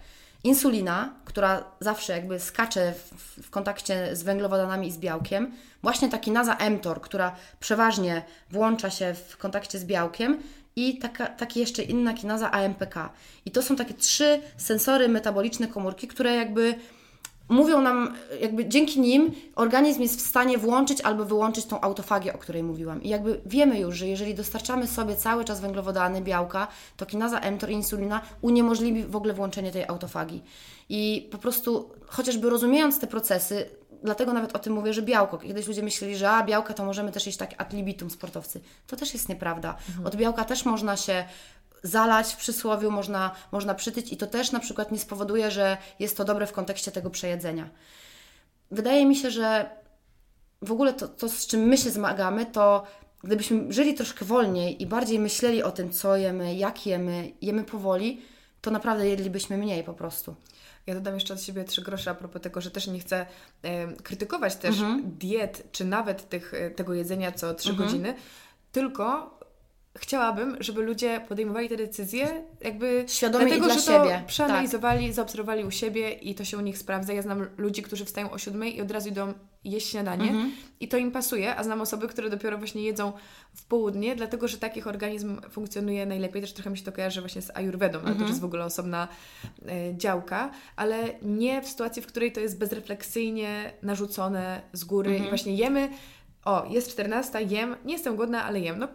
Insulina, która zawsze jakby skacze w kontakcie z węglowodanami i z białkiem. Właśnie ta kinaza mTOR, która przeważnie włącza się w kontakcie z białkiem. I taka jeszcze inna kinaza AMPK. I to są takie 3 sensory metaboliczne komórki, które jakby mówią nam, jakby dzięki nim organizm jest w stanie włączyć albo wyłączyć tą autofagię, o której mówiłam. I jakby wiemy już, że jeżeli dostarczamy sobie cały czas węglowodany, białka, to kinaza mTOR i insulina uniemożliwi w ogóle włączenie tej autofagii. I po prostu chociażby rozumiejąc te procesy, dlatego nawet o tym mówię, że białko. Kiedyś ludzie myśleli, że białka to możemy też jeść tak ad libitum sportowcy. To też jest nieprawda. Od białka też można się zalać w przysłowiu, można przytyć i to też na przykład nie spowoduje, że jest to dobre w kontekście tego przejedzenia. Wydaje mi się, że w ogóle to z czym my się zmagamy, to gdybyśmy żyli troszkę wolniej i bardziej myśleli o tym, co jemy, jak jemy powoli, to naprawdę jedlibyśmy mniej po prostu. Ja dodam jeszcze od siebie 3 grosze a propos tego, że też nie chcę krytykować też diet, czy nawet tego jedzenia co 3 godziny, tylko chciałabym, żeby ludzie podejmowali te decyzje jakby świadomie dlatego, i dla że siebie. To przeanalizowali, zaobserwowali u siebie i to się u nich sprawdza. Ja znam ludzi, którzy wstają o 7 i od razu idą jeść śniadanie i to im pasuje, a znam osoby, które dopiero właśnie jedzą w południe, dlatego, że tak ich organizm funkcjonuje najlepiej. Też trochę mi się to kojarzy właśnie z ajurwedą, ale to jest w ogóle osobna działka, ale nie w sytuacji, w której to jest bezrefleksyjnie narzucone z góry i właśnie jemy, jest 14, jem, nie jestem głodna, ale jem. No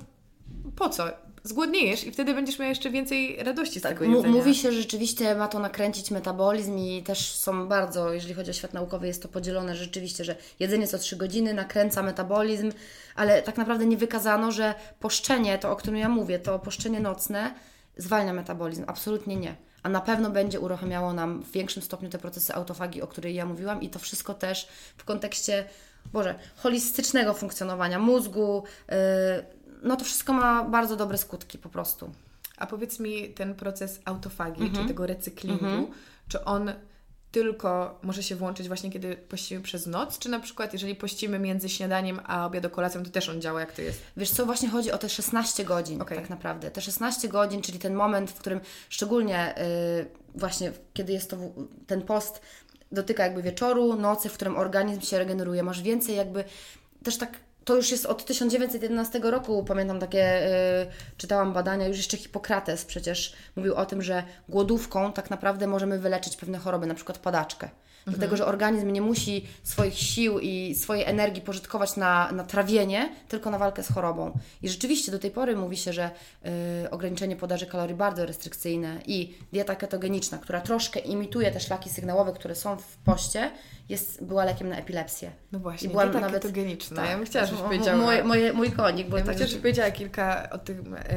po co? Zgłodniejesz i wtedy będziesz miała jeszcze więcej radości z tego jedzenia. Mówi się, że rzeczywiście ma to nakręcić metabolizm i też są bardzo, jeżeli chodzi o świat naukowy, jest to podzielone rzeczywiście, że jedzenie co 3 godziny nakręca metabolizm, ale tak naprawdę nie wykazano, że poszczenie, to o którym ja mówię, to poszczenie nocne zwalnia metabolizm. Absolutnie nie. A na pewno będzie uruchamiało nam w większym stopniu te procesy autofagii, o której ja mówiłam i to wszystko też w kontekście, holistycznego funkcjonowania mózgu, no to wszystko ma bardzo dobre skutki po prostu. A powiedz mi, ten proces autofagii, czy tego recyklingu, czy on tylko może się włączyć właśnie, kiedy pościmy przez noc, czy na przykład jeżeli pościmy między śniadaniem a obiadokolacją, to też on działa, jak to jest? Wiesz co, właśnie chodzi o te 16 godzin tak naprawdę. Te 16 godzin, czyli ten moment, w którym szczególnie właśnie, kiedy jest to ten post dotyka jakby wieczoru, nocy, w którym organizm się regeneruje. Masz więcej jakby, też tak, to już jest od 1911 roku, pamiętam takie, czytałam badania, już jeszcze Hipokrates przecież mówił o tym, że głodówką tak naprawdę możemy wyleczyć pewne choroby, na przykład padaczkę. Dlatego, że organizm nie musi swoich sił i swojej energii pożytkować na trawienie, tylko na walkę z chorobą. I rzeczywiście do tej pory mówi się, że ograniczenie podaży kalorii bardzo restrykcyjne i dieta ketogeniczna, która troszkę imituje te szlaki sygnałowe, które są w poście, była lekiem na epilepsję. No właśnie, była dieta nawet ketogeniczna. Tak, ja bym chciała, żebyś powiedziała. Mój konik. Ja bym chciała, żebyś powiedziała kilka od tych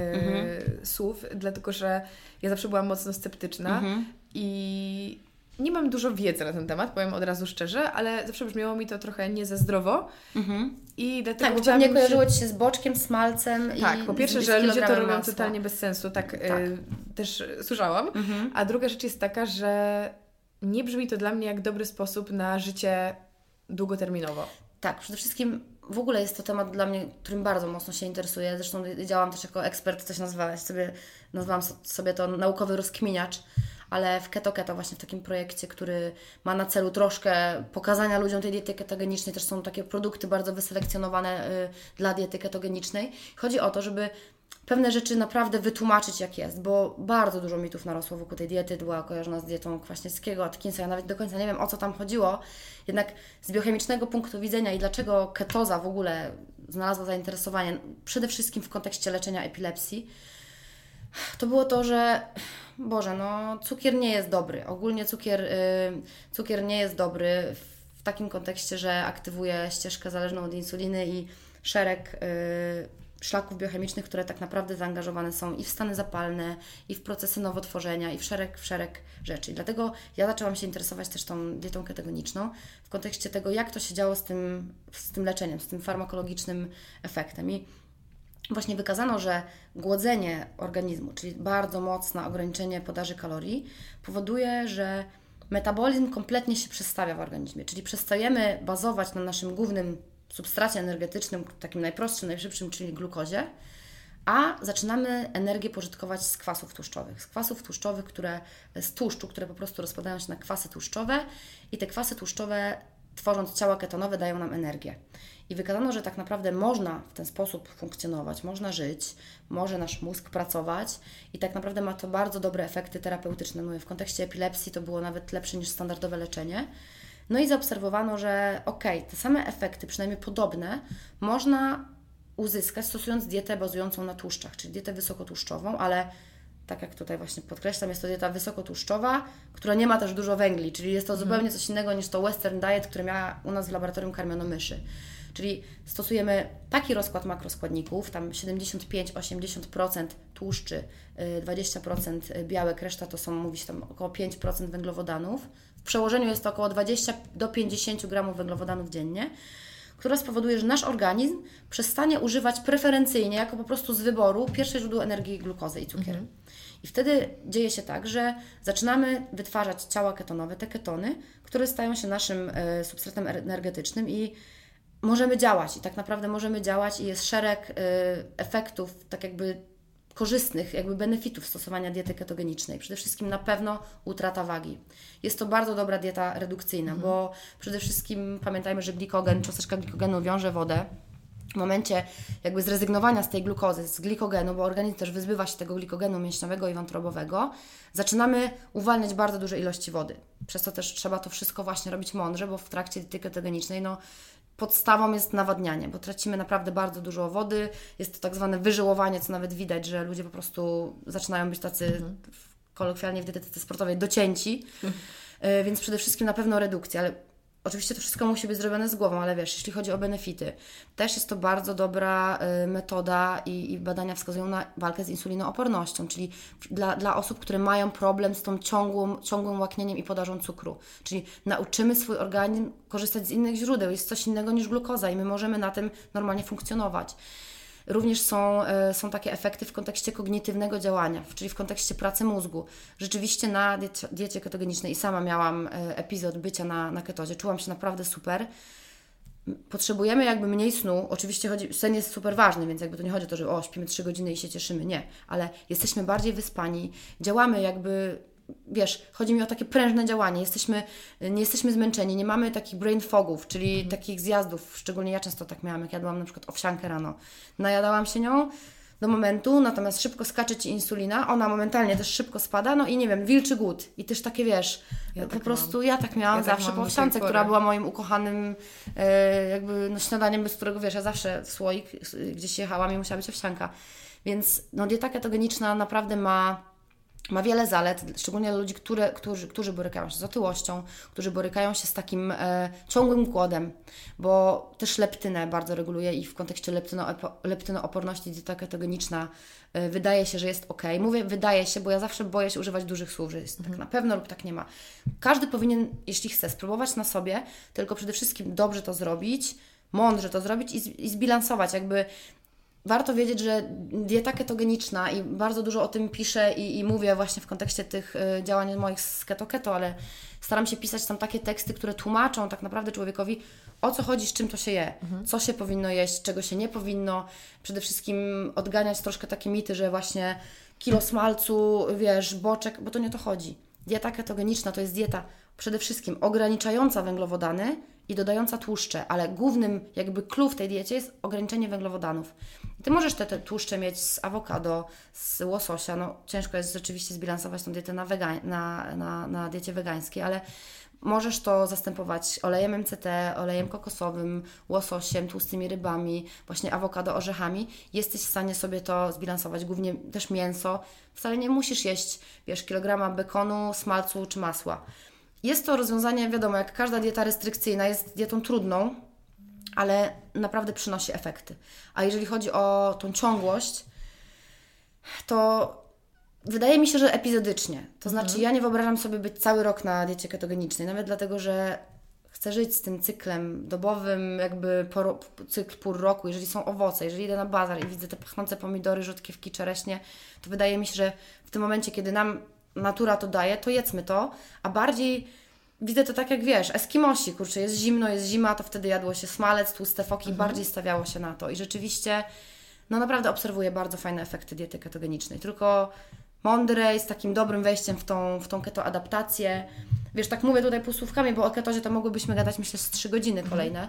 słów, dlatego, że ja zawsze byłam mocno sceptyczna i nie mam dużo wiedzy na ten temat, powiem od razu szczerze, ale zawsze brzmiało mi to trochę nie za zdrowo. I dlatego tak, bo pewnie kojarzyło Ci się z boczkiem, smalcem tak, i po pierwsze, z że ludzie to robią masła. totalnie bez sensu, tak. Też słyszałam. A druga rzecz jest taka, że nie brzmi to dla mnie jak dobry sposób na życie długoterminowo. Tak, przede wszystkim w ogóle jest to temat dla mnie, którym bardzo mocno się interesuję. Zresztą działam też jako ekspert, coś nazwałam sobie to naukowy rozkminiacz, ale w Keto właśnie w takim projekcie, który ma na celu troszkę pokazania ludziom tej diety ketogenicznej. Też są takie produkty bardzo wyselekcjonowane dla diety ketogenicznej. Chodzi o to, żeby pewne rzeczy naprawdę wytłumaczyć, jak jest, bo bardzo dużo mitów narosło wokół tej diety, była kojarzona z dietą Kwaśniewskiego, Atkinsa, ja nawet do końca nie wiem, o co tam chodziło, jednak z biochemicznego punktu widzenia i dlaczego ketoza w ogóle znalazła zainteresowanie, przede wszystkim w kontekście leczenia epilepsji, to było to, że cukier nie jest dobry. Ogólnie cukier nie jest dobry w takim kontekście, że aktywuje ścieżkę zależną od insuliny i szereg szlaków biochemicznych, które tak naprawdę zaangażowane są i w stany zapalne, i w procesy nowotworzenia, i w szereg rzeczy. I dlatego ja zaczęłam się interesować też tą dietą ketogeniczną w kontekście tego, jak to się działo z tym leczeniem, z tym farmakologicznym efektem. I właśnie wykazano, że głodzenie organizmu, czyli bardzo mocne ograniczenie podaży kalorii, powoduje, że metabolizm kompletnie się przestawia w organizmie, czyli przestajemy bazować na naszym głównym substracie energetycznym, takim najprostszym, najszybszym, czyli glukozie, a zaczynamy energię pożytkować z kwasów tłuszczowych. Z tłuszczu, które po prostu rozpadają się na kwasy tłuszczowe i te kwasy tłuszczowe, tworząc ciała ketonowe, dają nam energię. I wykazano, że tak naprawdę można w ten sposób funkcjonować, można żyć, może nasz mózg pracować i tak naprawdę ma to bardzo dobre efekty terapeutyczne. Mówię, w kontekście epilepsji to było nawet lepsze niż standardowe leczenie. No i zaobserwowano, że te same efekty, przynajmniej podobne, można uzyskać stosując dietę bazującą na tłuszczach, czyli dietę wysokotłuszczową, ale tak jak tutaj właśnie podkreślam, jest to dieta wysokotłuszczowa, która nie ma też dużo węgli, czyli jest to zupełnie coś innego niż to Western Diet, które miała u nas w laboratorium karmiono myszy. Czyli stosujemy taki rozkład makroskładników, tam 75-80% tłuszczy, 20% białek, reszta to są, mówi się tam, około 5% węglowodanów. W przełożeniu jest to około 20 do 50 gramów węglowodanów dziennie, która spowoduje, że nasz organizm przestanie używać preferencyjnie, jako po prostu z wyboru, pierwsze źródło energii glukozy i cukier. I wtedy dzieje się tak, że zaczynamy wytwarzać ciała ketonowe, te ketony, które stają się naszym substratem energetycznym i możemy działać. I tak naprawdę możemy działać i jest szereg efektów, tak jakby korzystnych, jakby benefitów stosowania diety ketogenicznej. Przede wszystkim na pewno utrata wagi. Jest to bardzo dobra dieta redukcyjna, bo przede wszystkim pamiętajmy, że cząsteczka glikogenu wiąże wodę. W momencie jakby zrezygnowania z tej glukozy, z glikogenu, bo organizm też wyzbywa się tego glikogenu mięśniowego i wątrobowego, zaczynamy uwalniać bardzo duże ilości wody. Przez to też trzeba to wszystko właśnie robić mądrze, bo w trakcie diety ketogenicznej podstawą jest nawadnianie, bo tracimy naprawdę bardzo dużo wody. Jest to tak zwane wyżyłowanie, co nawet widać, że ludzie po prostu zaczynają być tacy, kolokwialnie w dietetyce sportowej, docięci. Więc przede wszystkim na pewno redukcja, ale oczywiście to wszystko musi być zrobione z głową, ale wiesz, jeśli chodzi o benefity, też jest to bardzo dobra metoda i badania wskazują na walkę z insulinoopornością, czyli dla osób, które mają problem z tą ciągłym łaknieniem i podażą cukru. Czyli nauczymy swój organizm korzystać z innych źródeł, jest coś innego niż glukoza i my możemy na tym normalnie funkcjonować. Również są takie efekty w kontekście kognitywnego działania, czyli w kontekście pracy mózgu. Rzeczywiście na diecie ketogenicznej i sama miałam epizod bycia na ketozie, czułam się naprawdę super. Potrzebujemy jakby mniej snu, oczywiście sen jest super ważny, więc jakby to nie chodzi o to, że śpimy 3 godziny i się cieszymy, nie, ale jesteśmy bardziej wyspani, działamy jakby, wiesz, chodzi mi o takie prężne działanie, nie jesteśmy zmęczeni, nie mamy takich brain fogów, czyli takich zjazdów, szczególnie ja często tak miałam, jak jadłam na przykład owsiankę rano, najadałam się nią do momentu, natomiast szybko skacze Ci insulina, ona momentalnie też szybko spada, no i nie wiem, wilczy głód i też takie, wiesz, ja tak miałam zawsze po owsiance, która była moim ukochanym jakby śniadaniem, bez którego, wiesz, ja zawsze w słoik gdzieś jechałam i musiała być owsianka, więc dieta ketogeniczna naprawdę ma wiele zalet, szczególnie dla ludzi, którzy borykają się z otyłością, którzy borykają się z takim ciągłym głodem, bo też leptynę bardzo reguluje i w kontekście leptynooporności dieta ketogeniczna wydaje się, że jest ok. Mówię wydaje się, bo ja zawsze boję się używać dużych słów, że jest tak na pewno lub tak nie ma. Każdy powinien, jeśli chce, spróbować na sobie, tylko przede wszystkim dobrze to zrobić, mądrze to zrobić i zbilansować jakby. Warto wiedzieć, że dieta ketogeniczna i bardzo dużo o tym piszę i mówię właśnie w kontekście tych działań moich z keto, ale staram się pisać tam takie teksty, które tłumaczą tak naprawdę człowiekowi, o co chodzi, z czym to się je, co się powinno jeść, czego się nie powinno. Przede wszystkim odganiać troszkę takie mity, że właśnie kilo smalcu, wiesz, boczek, bo to nie o to chodzi. Dieta ketogeniczna to jest dieta przede wszystkim ograniczająca węglowodany i dodająca tłuszcze, ale głównym jakby clue w tej diecie jest ograniczenie węglowodanów. Ty możesz te tłuszcze mieć z awokado, z łososia, ciężko jest rzeczywiście zbilansować tą dietę na diecie wegańskiej, ale możesz to zastępować olejem MCT, olejem kokosowym, łososiem, tłustymi rybami, właśnie awokado, orzechami. Jesteś w stanie sobie to zbilansować, głównie też mięso. Wcale nie musisz jeść, wiesz, kilograma bekonu, smalcu czy masła. Jest to rozwiązanie, wiadomo, jak każda dieta restrykcyjna jest dietą trudną, ale naprawdę przynosi efekty. A jeżeli chodzi o tą ciągłość, to wydaje mi się, że epizodycznie. To znaczy ja nie wyobrażam sobie być cały rok na diecie ketogenicznej, nawet dlatego, że chcę żyć z tym cyklem dobowym, jakby cykl pół roku. Jeżeli są owoce, jeżeli idę na bazar i widzę te pachnące pomidory, rzodkiewki, czereśnie, to wydaje mi się, że w tym momencie, kiedy nam natura to daje, to jedzmy to, a bardziej widzę to tak jak wiesz, Eskimosi, kurczę, jest zimno, jest zima, to wtedy jadło się smalec, tłuste foki, bardziej stawiało się na to i rzeczywiście no naprawdę obserwuję bardzo fajne efekty diety ketogenicznej, tylko mądrej, z takim dobrym wejściem w tą ketoadaptację. Wiesz, tak mówię tutaj półsłówkami, bo o ketozie to mogłybyśmy gadać, myślę, z 3 godziny kolejne,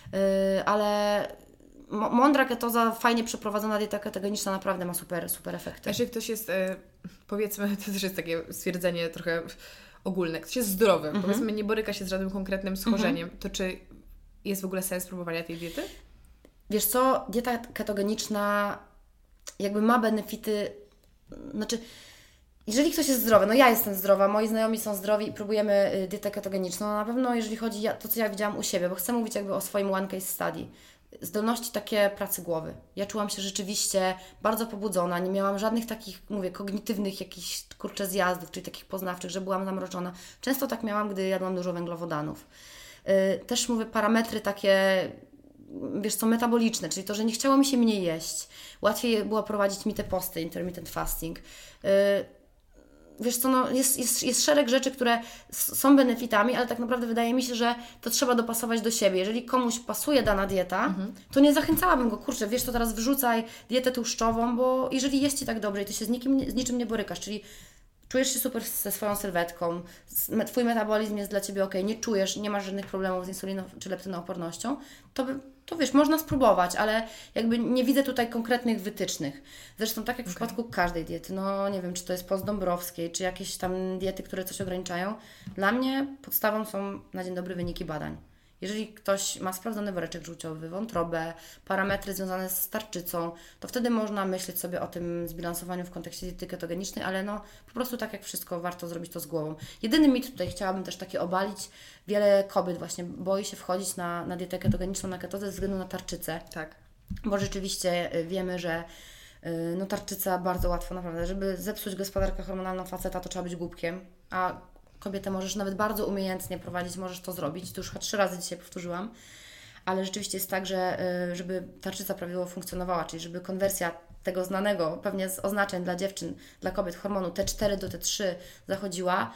ale mądra ketoza, fajnie przeprowadzona dieta ketogeniczna naprawdę ma super efekty. Jeżeli ktoś jest, powiedzmy, to też jest takie stwierdzenie trochę ogólne, ktoś jest zdrowy, powiedzmy nie boryka się z żadnym konkretnym schorzeniem, to czy jest w ogóle sens próbowania tej diety? Wiesz co, dieta ketogeniczna jakby ma benefity, znaczy jeżeli ktoś jest zdrowy, no ja jestem zdrowa, moi znajomi są zdrowi i próbujemy dietę ketogeniczną, no na pewno jeżeli chodzi to, co ja widziałam u siebie, bo chcę mówić jakby o swoim one case study, zdolności takie pracy głowy. Ja czułam się rzeczywiście bardzo pobudzona, nie miałam żadnych takich, mówię, kognitywnych jakichś, zjazdów, czyli takich poznawczych, że byłam zamroczona. Często tak miałam, gdy jadłam dużo węglowodanów. Też mówię, parametry takie, wiesz co, metaboliczne, czyli to, że nie chciało mi się mniej jeść. Łatwiej było prowadzić mi te posty, intermittent fasting. Wiesz co, no jest szereg rzeczy, które są benefitami, ale tak naprawdę wydaje mi się, że to trzeba dopasować do siebie. Jeżeli komuś pasuje dana dieta, to nie zachęcałabym go, kurczę, wiesz, to teraz wyrzucaj dietę tłuszczową, bo jeżeli jest Ci tak dobrze i Ty się z niczym nie borykasz, czyli czujesz się super ze swoją sylwetką, Twój metabolizm jest dla Ciebie ok, nie czujesz, nie masz żadnych problemów z insuliną czy leptynoopornością, to wiesz, można spróbować, ale jakby nie widzę tutaj konkretnych wytycznych. Zresztą tak jak w przypadku każdej diety, no nie wiem, czy to jest post Dąbrowskiej, czy jakieś tam diety, które coś ograniczają, dla mnie podstawą są na dzień dobry wyniki badań. Jeżeli ktoś ma sprawdzony woreczek żółciowy, wątrobę, parametry związane z tarczycą, to wtedy można myśleć sobie o tym zbilansowaniu w kontekście diety ketogenicznej, ale no po prostu tak jak wszystko, warto zrobić to z głową. Jedyny mit tutaj chciałabym też takie obalić. Wiele kobiet właśnie boi się wchodzić na dietę ketogeniczną, na ketozę ze względu na tarczycę. Tak. Bo rzeczywiście wiemy, że no tarczyca bardzo łatwo naprawdę, żeby zepsuć gospodarkę hormonalną faceta, to trzeba być głupkiem, a kobietę możesz nawet bardzo umiejętnie prowadzić, możesz to zrobić. To już 3 razy dzisiaj powtórzyłam, ale rzeczywiście jest tak, że żeby tarczyca prawidłowo funkcjonowała, czyli żeby konwersja tego znanego pewnie z oznaczeń dla dziewczyn, dla kobiet hormonu T4 do T3 zachodziła,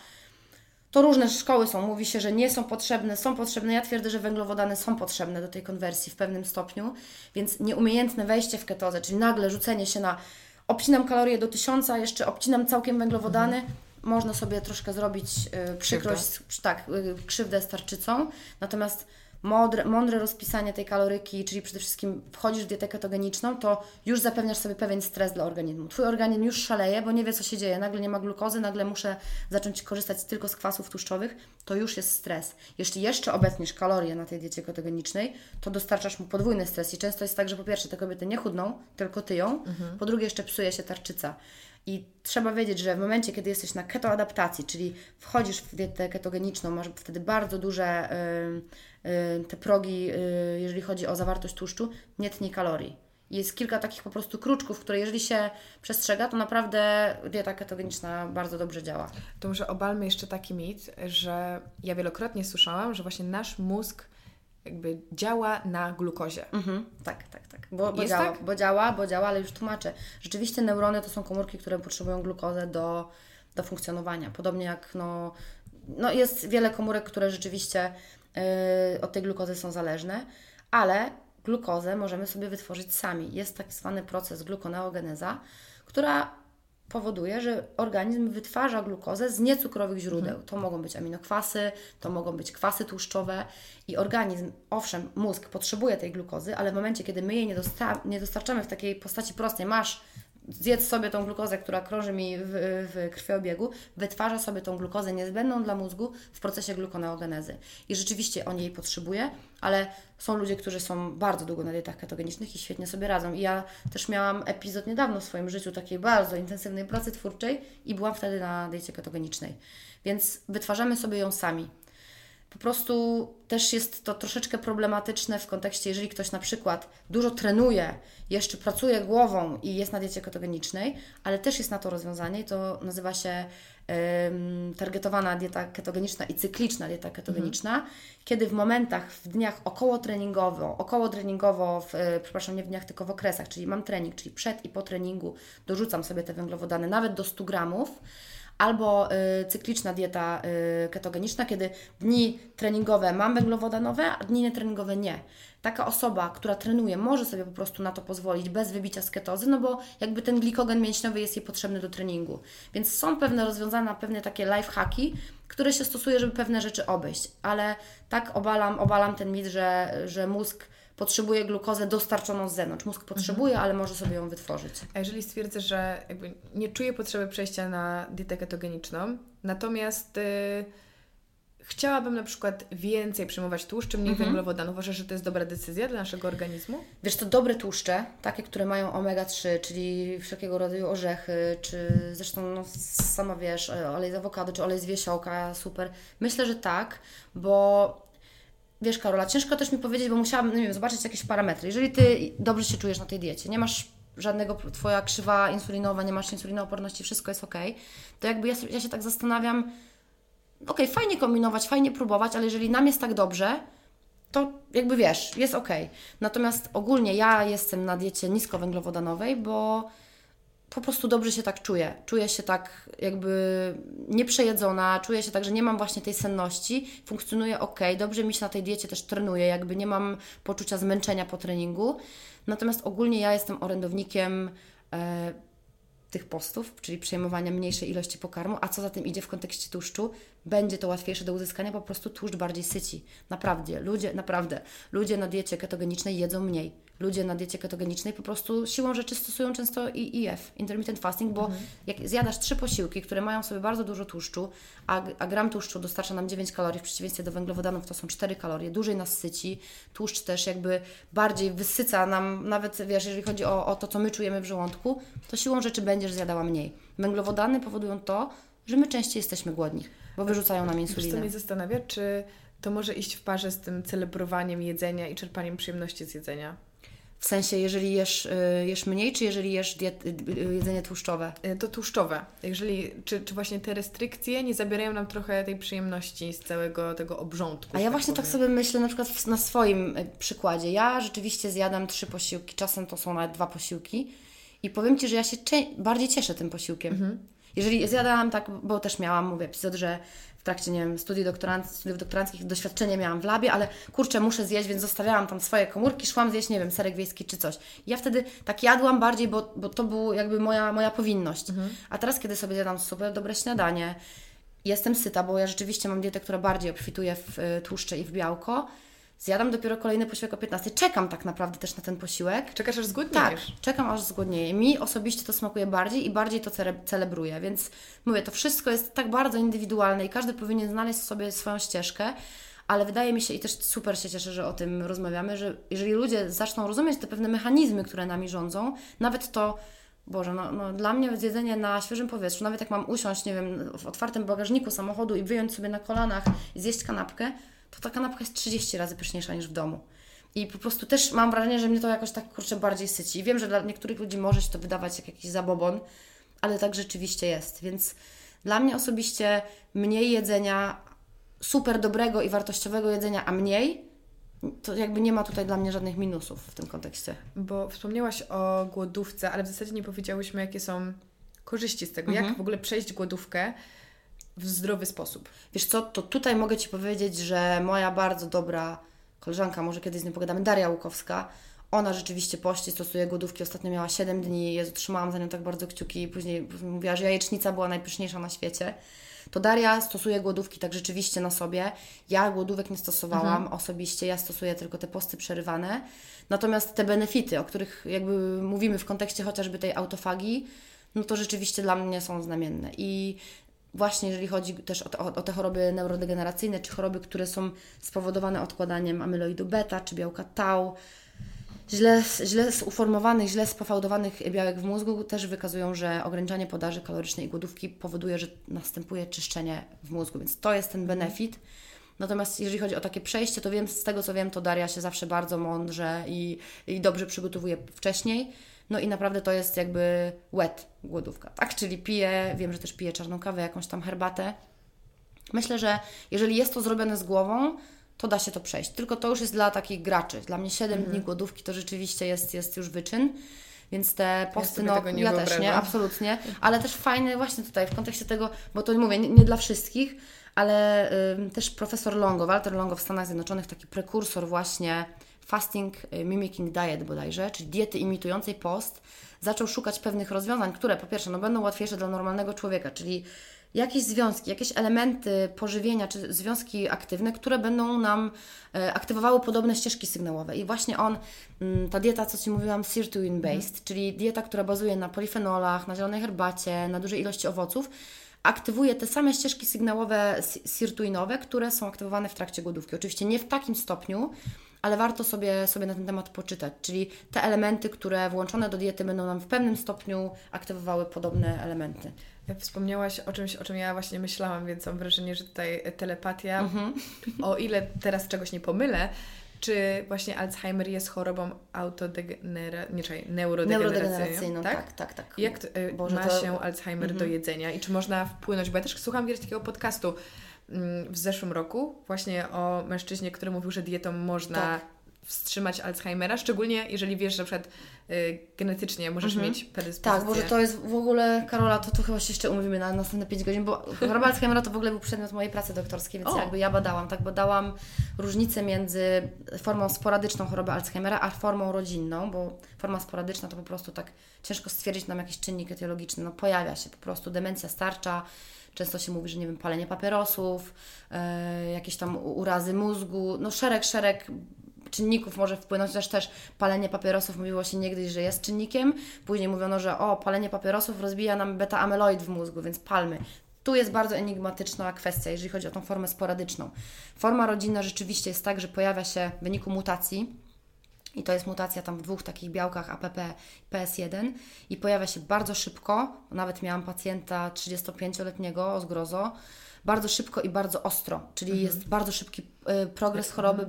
to różne szkoły są. Mówi się, że nie są potrzebne, są potrzebne. Ja twierdzę, że węglowodany są potrzebne do tej konwersji w pewnym stopniu, więc nieumiejętne wejście w ketozę, czyli nagle rzucenie się na obcinam kalorie do 1000, jeszcze obcinam całkiem węglowodany, można sobie troszkę zrobić przykrość, krzywdę z tarczycą. Natomiast mądre rozpisanie tej kaloryki, czyli przede wszystkim wchodzisz w dietę ketogeniczną, to już zapewniasz sobie pewien stres dla organizmu. Twój organizm już szaleje, bo nie wie, co się dzieje. Nagle nie ma glukozy, nagle muszę zacząć korzystać tylko z kwasów tłuszczowych. To już jest stres. Jeśli jeszcze obetniesz kalorie na tej diecie ketogenicznej, to dostarczasz mu podwójny stres. I często jest tak, że po pierwsze te kobiety nie chudną, tylko Ty ją. Po drugie jeszcze psuje się tarczyca. I trzeba wiedzieć, że w momencie, kiedy jesteś na ketoadaptacji, czyli wchodzisz w dietę ketogeniczną, masz wtedy bardzo duże te progi, jeżeli chodzi o zawartość tłuszczu, nie tnij kalorii. Jest kilka takich po prostu kruczków, które jeżeli się przestrzega, to naprawdę dieta ketogeniczna bardzo dobrze działa. To może obalmy jeszcze taki mit, że ja wielokrotnie słyszałam, że właśnie nasz mózg jakby działa na glukozie. Tak. Bo działa, ale już tłumaczę. Rzeczywiście neurony to są komórki, które potrzebują glukozę do funkcjonowania. Podobnie jak jest wiele komórek, które rzeczywiście od tej glukozy są zależne, ale glukozę możemy sobie wytworzyć sami. Jest tak zwany proces glukoneogeneza, która powoduje, że organizm wytwarza glukozę z niecukrowych źródeł. To mogą być aminokwasy, to mogą być kwasy tłuszczowe i organizm, owszem, mózg potrzebuje tej glukozy, ale w momencie, kiedy my jej nie dostarczamy w takiej postaci prostej, zjedz sobie tą glukozę, która krąży mi w krwiobiegu, wytwarza sobie tą glukozę niezbędną dla mózgu w procesie glukoneogenezy. I rzeczywiście on jej potrzebuje, ale są ludzie, którzy są bardzo długo na dietach ketogenicznych i świetnie sobie radzą. I ja też miałam epizod niedawno w swoim życiu takiej bardzo intensywnej pracy twórczej i byłam wtedy na diecie ketogenicznej. Więc wytwarzamy sobie ją sami. Po prostu też jest to troszeczkę problematyczne w kontekście, jeżeli ktoś na przykład dużo trenuje, jeszcze pracuje głową i jest na diecie ketogenicznej, ale też jest na to rozwiązanie i to nazywa się targetowana dieta ketogeniczna i cykliczna dieta ketogeniczna, kiedy w momentach, w dniach okołotreningowo, nie w dniach, tylko w okresach, czyli mam trening, czyli przed i po treningu dorzucam sobie te węglowodany nawet do 100 gramów, albo cykliczna dieta ketogeniczna, kiedy dni treningowe mam węglowodanowe, a dni nietreningowe nie. Taka osoba, która trenuje, może sobie po prostu na to pozwolić bez wybicia z ketozy, no bo jakby ten glikogen mięśniowy jest jej potrzebny do treningu. Więc są pewne rozwiązania, pewne takie lifehacki, które się stosuje, żeby pewne rzeczy obejść. Ale tak obalam ten mit, że mózg potrzebuje glukozę dostarczoną z zewnątrz. Mózg potrzebuje, ale może sobie ją wytworzyć. A jeżeli stwierdzę, że jakby nie czuję potrzeby przejścia na dietę ketogeniczną, natomiast chciałabym na przykład więcej przyjmować tłuszczy, mniej węglowodanów. Uważasz, że to jest dobra decyzja dla naszego organizmu? Wiesz, to dobre tłuszcze, takie, które mają omega-3, czyli wszelkiego rodzaju orzechy, czy zresztą no, sama wiesz, olej z awokado, czy olej z wiesiołka, super. Myślę, że tak, bo wiesz, Karola, ciężko też mi powiedzieć, bo musiałabym, nie wiem, zobaczyć jakieś parametry. Jeżeli Ty dobrze się czujesz na tej diecie, nie masz żadnego, Twoja krzywa insulinowa, nie masz insulinooporności, wszystko jest okej, to jakby ja się tak zastanawiam, fajnie kombinować, fajnie próbować, ale jeżeli nam jest tak dobrze, to jakby wiesz, jest okej. Natomiast ogólnie ja jestem na diecie niskowęglowodanowej, bo po prostu dobrze się tak czuję. Czuję się tak jakby nieprzejedzona, czuję się tak, że nie mam właśnie tej senności, funkcjonuję dobrze mi się na tej diecie też trenuję, jakby nie mam poczucia zmęczenia po treningu. Natomiast ogólnie ja jestem orędownikiem tych postów, czyli przejmowania mniejszej ilości pokarmu, a co za tym idzie w kontekście tłuszczu, będzie to łatwiejsze do uzyskania, po prostu tłuszcz bardziej syci. Ludzie na diecie ketogenicznej jedzą mniej. Ludzie na diecie ketogenicznej po prostu siłą rzeczy stosują często IF, intermittent fasting, bo jak zjadasz 3 posiłki, które mają w sobie bardzo dużo tłuszczu, a gram tłuszczu dostarcza nam 9 kalorii, w przeciwieństwie do węglowodanów to są 4 kalorie, dłużej nas syci, tłuszcz też jakby bardziej wysyca nam, nawet wiesz, jeżeli chodzi o to, co my czujemy w żołądku, to siłą rzeczy będziesz zjadała mniej. Węglowodany powodują to, że my częściej jesteśmy głodni, bo wyrzucają nam insulinę. Wiesz, co mnie zastanawia, czy to może iść w parze z tym celebrowaniem jedzenia i czerpaniem przyjemności z jedzenia? W sensie, jeżeli jesz mniej, czy jeżeli jesz jedzenie tłuszczowe? To tłuszczowe. Czy właśnie te restrykcje nie zabierają nam trochę tej przyjemności z całego tego obrządku? A ja właśnie tak sobie myślę na przykład na swoim przykładzie. Ja rzeczywiście zjadam 3 posiłki, czasem to są nawet 2 posiłki i powiem Ci, że ja się bardziej cieszę tym posiłkiem. Jeżeli zjadałam tak, bo też miałam, mówię, epizod, że w trakcie, nie wiem, studiów doktoranckich doświadczenie miałam w labie, ale kurczę, muszę zjeść, więc zostawiałam tam swoje komórki, szłam zjeść, nie wiem, serek wiejski czy coś. I ja wtedy tak jadłam bardziej, bo to był jakby moja powinność. A teraz, kiedy sobie zjadam super dobre śniadanie, jestem syta, bo ja rzeczywiście mam dietę, która bardziej obfituje w tłuszcze i w białko, zjadam dopiero kolejny posiłek o 15. Czekam tak naprawdę też na ten posiłek. Czekasz aż zgłodniejesz? Tak, czekam aż zgłodnieję. Mi osobiście to smakuje bardziej i bardziej to celebruję, więc mówię, to wszystko jest tak bardzo indywidualne i każdy powinien znaleźć sobie swoją ścieżkę, ale wydaje mi się i też super się cieszę, że o tym rozmawiamy, że jeżeli ludzie zaczną rozumieć te pewne mechanizmy, które nami rządzą, nawet to Boże, no dla mnie jedzenie na świeżym powietrzu, nawet jak mam usiąść, nie wiem, w otwartym bagażniku samochodu i wyjąć sobie na kolanach i zjeść kanapkę, to ta kanapka jest 30 razy pyszniejsza niż w domu. I po prostu też mam wrażenie, że mnie to jakoś tak kurczę bardziej syci. Wiem, że dla niektórych ludzi może się to wydawać jak jakiś zabobon, ale tak rzeczywiście jest. Więc dla mnie osobiście mniej jedzenia, super dobrego i wartościowego jedzenia, a mniej, to jakby nie ma tutaj dla mnie żadnych minusów w tym kontekście. Bo wspomniałaś o głodówce, ale w zasadzie nie powiedziałyśmy, jakie są korzyści z tego. Jak w ogóle przejść głodówkę w zdrowy sposób. Wiesz co, to tutaj mogę Ci powiedzieć, że moja bardzo dobra koleżanka, może kiedyś z nią pogadamy, Daria Łukowska, ona rzeczywiście pości, stosuje głodówki, ostatnio miała 7 dni, Jezu, trzymałam za nią tak bardzo kciuki i później mówiła, że jajecznica była najpyszniejsza na świecie. To Daria stosuje głodówki tak rzeczywiście na sobie. Ja głodówek nie stosowałam osobiście, ja stosuję tylko te posty przerywane. Natomiast te benefity, o których jakby mówimy w kontekście chociażby tej autofagii, no to rzeczywiście dla mnie są znamienne. I właśnie jeżeli chodzi też o te choroby neurodegeneracyjne, czy choroby, które są spowodowane odkładaniem amyloidu beta, czy białka tau, źle uformowanych, źle spofałdowanych białek w mózgu też wykazują, że ograniczanie podaży kalorycznej i głodówki powoduje, że następuje czyszczenie w mózgu, więc to jest ten benefit. Natomiast jeżeli chodzi o takie przejście, to wiem, z tego co wiem, to Daria się zawsze bardzo mądrze i dobrze przygotowuje wcześniej. No i naprawdę to jest jakby wet głodówka, tak? Czyli wiem, że też piję czarną kawę, jakąś tam herbatę. Myślę, że jeżeli jest to zrobione z głową, to da się to przejść. Tylko to już jest dla takich graczy. Dla mnie 7 dni głodówki to rzeczywiście jest już wyczyn. Więc te posty, ja też nie, absolutnie, ale też fajne właśnie tutaj w kontekście tego, bo to mówię, nie dla wszystkich, ale też profesor Longo, Walter Longo w Stanach Zjednoczonych, taki prekursor właśnie fasting mimicking diet bodajże, czyli diety imitującej post, zaczął szukać pewnych rozwiązań, które po pierwsze będą łatwiejsze dla normalnego człowieka, czyli jakieś związki, jakieś elementy pożywienia czy związki aktywne, które będą nam aktywowały podobne ścieżki sygnałowe. I właśnie ta dieta, co Ci mówiłam, sirtuin-based, czyli dieta, która bazuje na polifenolach, na zielonej herbacie, na dużej ilości owoców, aktywuje te same ścieżki sygnałowe sirtuinowe, które są aktywowane w trakcie głodówki. Oczywiście nie w takim stopniu, ale warto sobie na ten temat poczytać, czyli te elementy, które włączone do diety będą nam w pewnym stopniu aktywowały podobne elementy. Wspomniałaś o czymś, o czym ja właśnie myślałam, więc mam wrażenie, że tutaj telepatia, o ile teraz czegoś nie pomylę, czy właśnie Alzheimer jest chorobą neurodegeneracyjną, tak? Tak. Jak ma się Alzheimer do jedzenia i czy można wpłynąć, bo ja też słucham kiedyś takiego podcastu w zeszłym roku właśnie o mężczyźnie, który mówił, że dietą można wstrzymać Alzheimera, szczególnie jeżeli wiesz, że na przykład genetycznie możesz mieć predyspozycję. Tak, bo że to jest w ogóle, Karola, to chyba się jeszcze umówimy na następne 5 godzin, bo choroba Alzheimera to w ogóle był przedmiot mojej pracy doktorskiej, więc jakby ja badałam różnicę między formą sporadyczną choroby Alzheimera, a formą rodzinną, bo forma sporadyczna to po prostu tak ciężko stwierdzić nam jakiś czynnik etiologiczny, pojawia się po prostu demencja starcza, często się mówi, że nie wiem, palenie papierosów, jakieś tam urazy mózgu, szereg czynników może wpłynąć, też palenie papierosów mówiło się niegdyś, że jest czynnikiem, później mówiono, że palenie papierosów rozbija nam beta-amyloid w mózgu, więc palmy. Tu jest bardzo enigmatyczna kwestia, jeżeli chodzi o tą formę sporadyczną. Forma rodzinna rzeczywiście jest tak, że pojawia się w wyniku mutacji i to jest mutacja tam w 2 takich białkach APP i PS1 i pojawia się bardzo szybko, nawet miałam pacjenta 35-letniego o zgrozo, bardzo szybko i bardzo ostro, czyli jest bardzo szybki progres choroby,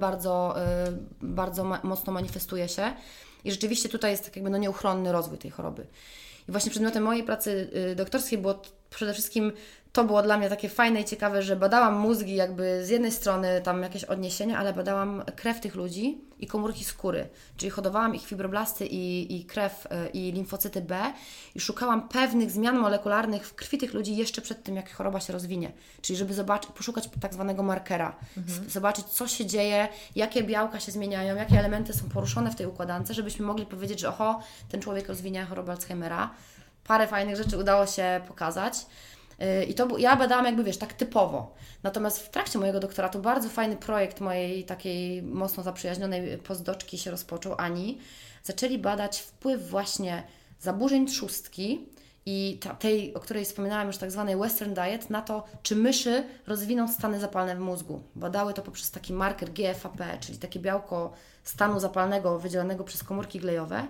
bardzo mocno manifestuje się i rzeczywiście tutaj jest tak jakby nieuchronny rozwój tej choroby. I właśnie przedmiotem mojej pracy doktorskiej było przede wszystkim, to było dla mnie takie fajne i ciekawe, że badałam mózgi jakby z jednej strony tam jakieś odniesienia, ale badałam krew tych ludzi i komórki skóry, czyli hodowałam ich fibroblasty i krew i limfocyty B i szukałam pewnych zmian molekularnych w krwi tych ludzi jeszcze przed tym, jak choroba się rozwinie, czyli żeby poszukać tak zwanego markera, zobaczyć co się dzieje, jakie białka się zmieniają, jakie elementy są poruszone w tej układance, żebyśmy mogli powiedzieć, że ten człowiek rozwinia chorobę Alzheimera. Parę fajnych rzeczy udało się pokazać. I ja badałam jakby, tak typowo. Natomiast w trakcie mojego doktoratu bardzo fajny projekt mojej takiej mocno zaprzyjaźnionej postdoczki się rozpoczął, Ani. Zaczęli badać wpływ właśnie zaburzeń trzustki i tej, o której wspominałam już, tak zwanej Western Diet, na to, czy myszy rozwiną stany zapalne w mózgu. Badały to poprzez taki marker GFAP, czyli takie białko stanu zapalnego wydzielanego przez komórki glejowe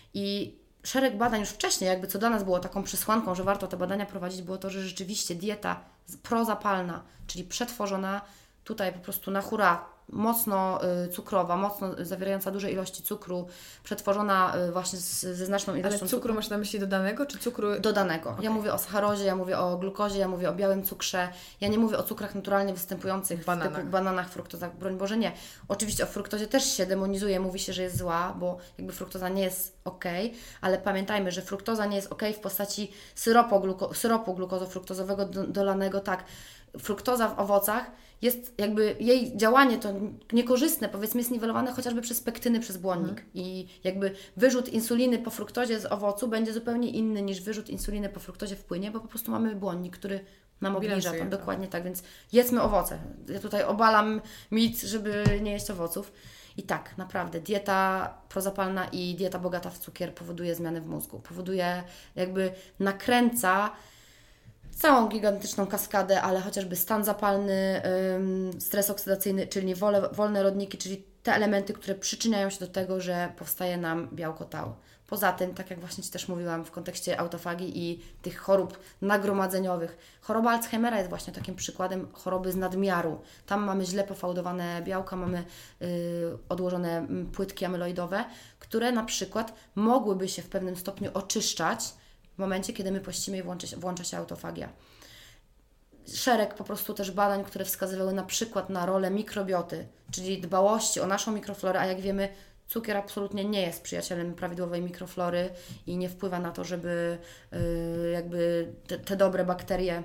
i szereg badań już wcześniej, jakby co dla nas było taką przesłanką, że warto te badania prowadzić, było to, że rzeczywiście dieta prozapalna, czyli przetworzona tutaj po prostu na hura, mocno cukrowa, mocno zawierająca duże ilości cukru, przetworzona właśnie ze znaczną ilością Ale cukru masz na myśli dodanego, czy cukru? Dodanego. Okay. Ja mówię o sacharozie, ja mówię o glukozie, ja mówię o białym cukrze, ja nie mówię o cukrach naturalnie występujących typu bananach, fruktozach, broń Boże nie. Oczywiście o fruktozie też się demonizuje, mówi się, że jest zła, bo jakby fruktoza nie jest okej, ale pamiętajmy, że fruktoza nie jest okej w postaci syropu glukozofruktozowego dolanego, tak. Fruktoza w owocach jest jakby, jej działanie to niekorzystne, powiedzmy, jest niwelowane chociażby przez pektyny, przez błonnik. I jakby wyrzut insuliny po fruktozie z owocu będzie zupełnie inny niż wyrzut insuliny po fruktozie w płynie, bo po prostu mamy błonnik, który nam obniża to. Dokładnie tak, więc jedzmy owoce. Ja tutaj obalam mit, żeby nie jeść owoców. I tak, naprawdę, dieta prozapalna i dieta bogata w cukier powoduje zmiany w mózgu. Powoduje, nakręca całą gigantyczną kaskadę, ale chociażby stan zapalny, stres oksydacyjny, czyli wolne rodniki, czyli te elementy, które przyczyniają się do tego, że powstaje nam białko tau. Poza tym, tak jak właśnie Ci też mówiłam w kontekście autofagii i tych chorób nagromadzeniowych, choroba Alzheimera jest właśnie takim przykładem choroby z nadmiaru. Tam mamy źle pofałdowane białka, mamy odłożone płytki amyloidowe, które na przykład mogłyby się w pewnym stopniu oczyszczać w momencie, kiedy my pościmy i włącza się autofagia. Szereg po prostu też badań, które wskazywały na przykład na rolę mikrobioty, czyli dbałości o naszą mikroflorę, a jak wiemy, Cukier absolutnie nie jest przyjacielem prawidłowej mikroflory i nie wpływa na to, żeby jakby te dobre bakterie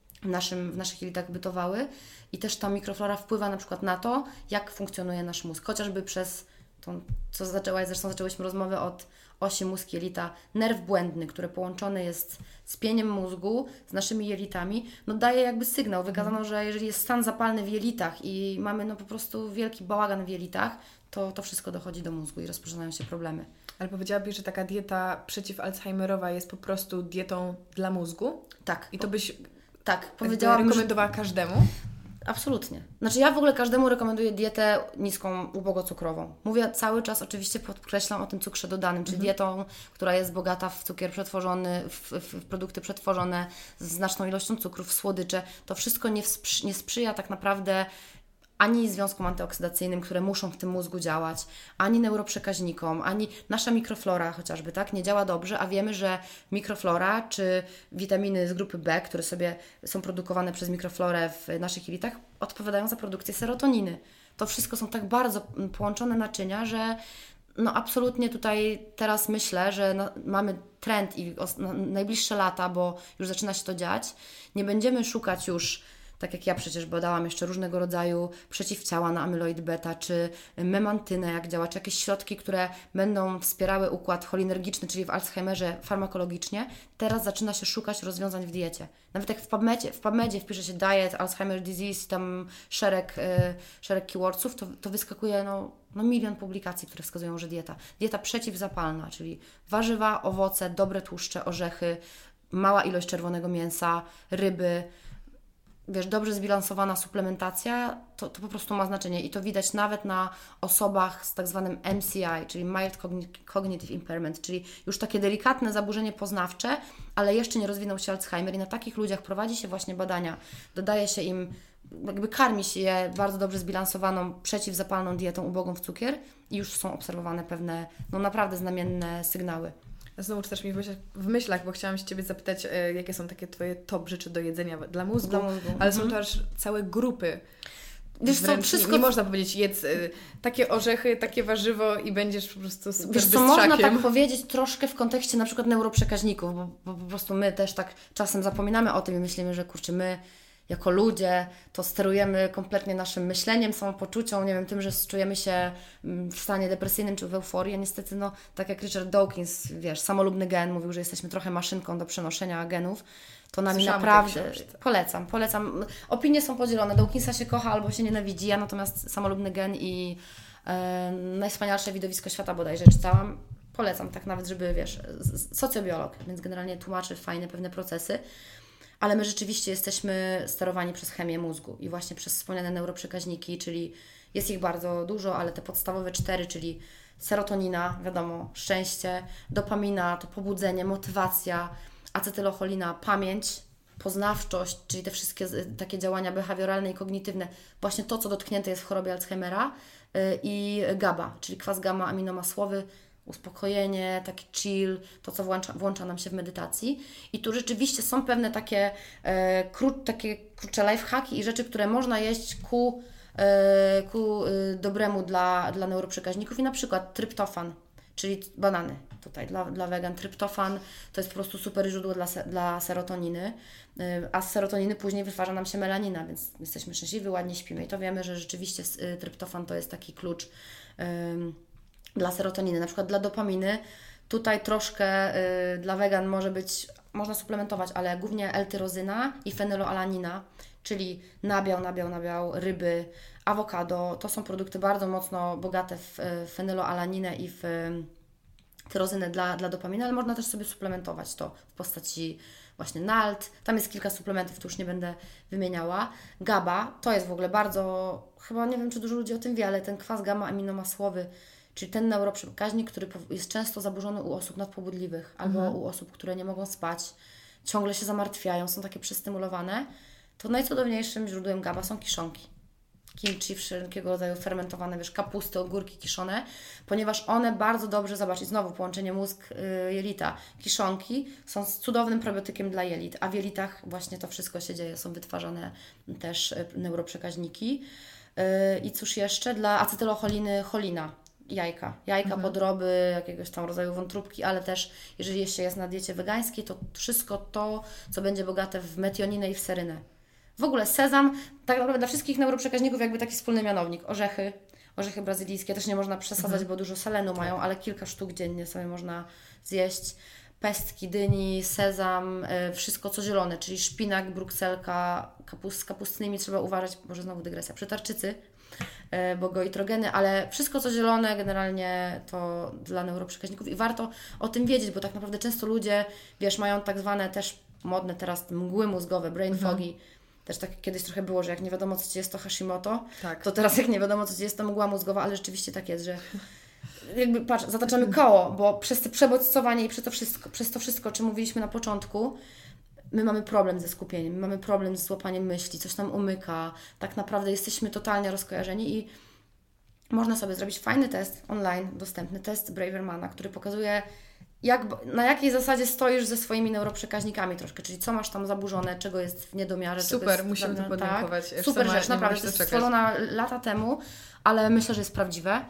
w naszych jelitach bytowały. I też ta mikroflora wpływa na przykład na to, jak funkcjonuje nasz mózg. Chociażby przez tą, co zaczęłyśmy rozmowę od osi mózg-jelita, nerw błędny, który połączony jest z pieniem mózgu, z naszymi jelitami, no daje jakby sygnał. Wykazano, że jeżeli jest stan zapalny w jelitach i mamy no po prostu wielki bałagan w jelitach, to wszystko dochodzi do mózgu i rozpoczynają się problemy. Ale powiedziałabyś, że taka dieta przeciw-alzheimerowa jest po prostu dietą dla mózgu? Tak. I to byś powiedziałabym, rekomendowała każdemu? Absolutnie. Znaczy ja w ogóle każdemu rekomenduję dietę niską, ubogocukrową. Mówię cały czas, oczywiście podkreślam o tym cukrze dodanym, czyli dietą, która jest bogata w cukier przetworzony, w produkty przetworzone z znaczną ilością cukrów, w słodycze. To wszystko nie sprzyja tak naprawdę ani związkom antyoksydacyjnym, które muszą w tym mózgu działać, ani neuroprzekaźnikom, ani nasza mikroflora chociażby, tak, nie działa dobrze, a wiemy, że mikroflora czy witaminy z grupy B, które sobie są produkowane przez mikroflorę w naszych jelitach, odpowiadają za produkcję serotoniny. To wszystko są tak bardzo połączone naczynia, że no absolutnie tutaj teraz myślę, że mamy trend i na najbliższe lata, bo już zaczyna się to dziać, nie będziemy szukać już, tak jak ja przecież badałam jeszcze różnego rodzaju przeciwciała na amyloid beta, czy memantynę jak działa, czy jakieś środki, które będą wspierały układ cholinergiczny, czyli w Alzheimerze farmakologicznie. Teraz zaczyna się szukać rozwiązań w diecie. Nawet jak w PubMedzie wpisze się diet, Alzheimer disease, tam szereg keywordsów, to wyskakuje no milion publikacji, które wskazują, że dieta przeciwzapalna, czyli warzywa, owoce, dobre tłuszcze, orzechy, mała ilość czerwonego mięsa, ryby, wiesz, dobrze zbilansowana suplementacja, to po prostu ma znaczenie i to widać nawet na osobach z tak zwanym MCI, czyli Mild Cognitive Impairment, czyli już takie delikatne zaburzenie poznawcze, ale jeszcze nie rozwinął się Alzheimer i na takich ludziach prowadzi się właśnie badania, dodaje się im, jakby karmi się je bardzo dobrze zbilansowaną, przeciwzapalną dietą ubogą w cukier i już są obserwowane pewne, no naprawdę znamienne sygnały. Znowu czytasz mi w myślach, bo chciałam się Ciebie zapytać, jakie są takie Twoje top rzeczy do jedzenia dla mózgu, ale są to aż całe grupy. Wiesz co, wszystko... Nie można powiedzieć, jedz takie orzechy, takie warzywo i będziesz po prostu super Wiesz co, bystrzakiem. można tak powiedzieć troszkę w kontekście na przykład neuroprzekaźników, bo po prostu my też tak czasem zapominamy o tym i myślimy, że kurczę, my jako ludzie to sterujemy kompletnie naszym myśleniem, samopoczuciem, nie wiem, tym, że czujemy się w stanie depresyjnym czy w euforii, a niestety, no, tak jak Richard Dawkins, wiesz, samolubny gen, mówił, że jesteśmy trochę maszynką do przenoszenia genów, to nami naprawdę polecam. Opinie są podzielone, Dawkinsa się kocha albo się nienawidzi, ja natomiast samolubny gen i najwspanialsze widowisko świata bodajże czytałam. Polecam tak nawet, żeby, wiesz, socjobiolog, więc generalnie tłumaczy fajne pewne procesy. Ale my rzeczywiście jesteśmy sterowani przez chemię mózgu i właśnie przez wspomniane neuroprzekaźniki, czyli jest ich bardzo dużo, ale te podstawowe 4, czyli serotonina, wiadomo, szczęście, dopamina, to pobudzenie, motywacja, acetylocholina, pamięć, poznawczość, czyli te wszystkie takie działania behawioralne i kognitywne, właśnie to, co dotknięte jest w chorobie Alzheimera, i GABA, czyli kwas gamma-aminomasłowy, uspokojenie, taki chill, to co włącza nam się w medytacji. I tu rzeczywiście są pewne takie krótsze lifehacki i rzeczy, które można jeść ku dobremu dla neuroprzekaźników i na przykład tryptofan, czyli banany. Tutaj dla wegan tryptofan to jest po prostu super źródło dla serotoniny, a z serotoniny później wytwarza nam się melanina, więc jesteśmy szczęśliwi, ładnie śpimy i to wiemy, że rzeczywiście tryptofan to jest taki klucz dla serotoniny, na przykład dla dopaminy. Tutaj troszkę dla wegan można suplementować, ale głównie L-tyrozyna i fenyloalanina, czyli nabiał, ryby, awokado. To są produkty bardzo mocno bogate w fenyloalaninę i w tyrozynę dla dopaminy, ale można też sobie suplementować to w postaci właśnie NALT. Tam jest kilka suplementów, to już nie będę wymieniała. GABA to jest w ogóle bardzo, chyba nie wiem, czy dużo ludzi o tym wie, ale ten kwas gamma-aminomasłowy, czyli ten neuroprzekaźnik, który jest często zaburzony u osób nadpobudliwych albo u osób, które nie mogą spać, ciągle się zamartwiają, są takie przestymulowane, to najcudowniejszym źródłem GABA są kiszonki. Kimchi, wszelkiego rodzaju fermentowane, wiesz, kapusty, ogórki kiszone, ponieważ one bardzo dobrze, zobaczcie, znowu połączenie mózg-jelita. Kiszonki są cudownym probiotykiem dla jelit, a w jelitach właśnie to wszystko się dzieje, są wytwarzane też neuroprzekaźniki. I cóż jeszcze? Dla acetylocholiny cholina. Jajka, podroby, jakiegoś tam rodzaju wątróbki, ale też jeżeli jeszcze jest na diecie wegańskiej, to wszystko to, co będzie bogate w metioninę i w serynę. W ogóle sezam, tak naprawdę dla wszystkich neuroprzekaźników jakby taki wspólny mianownik. Orzechy brazylijskie też nie można przesadzać, bo dużo selenu mają, ale kilka sztuk dziennie sobie można zjeść. Pestki, dyni, sezam, wszystko co zielone, czyli szpinak, brukselka, z kapustnymi trzeba uważać, może znowu dygresja, przy tarczycy, bo goitrogeny, ale wszystko co zielone generalnie to dla neuroprzekaźników i warto o tym wiedzieć, bo tak naprawdę często ludzie, wiesz, mają tak zwane też modne teraz mgły mózgowe, brain foggy. Też tak kiedyś trochę było, że jak nie wiadomo co Ci jest to Hashimoto, to teraz jak nie wiadomo co Ci jest to mgła mózgowa, ale rzeczywiście tak jest, że jakby patrz, zataczamy koło, bo przez te przebodźcowanie i przez to wszystko, o czym mówiliśmy na początku, my mamy problem ze skupieniem, my mamy problem z złapaniem myśli, coś nam umyka, tak naprawdę jesteśmy totalnie rozkojarzeni i można sobie zrobić fajny test online, dostępny test Bravermana, który pokazuje na jakiej zasadzie stoisz ze swoimi neuroprzekaźnikami troszkę, czyli co masz tam zaburzone, czego jest w niedomiarze. Super, musimy to podlinkować. Tak, super rzecz, naprawdę, to jest stworzona lata temu, ale myślę, że jest prawdziwe.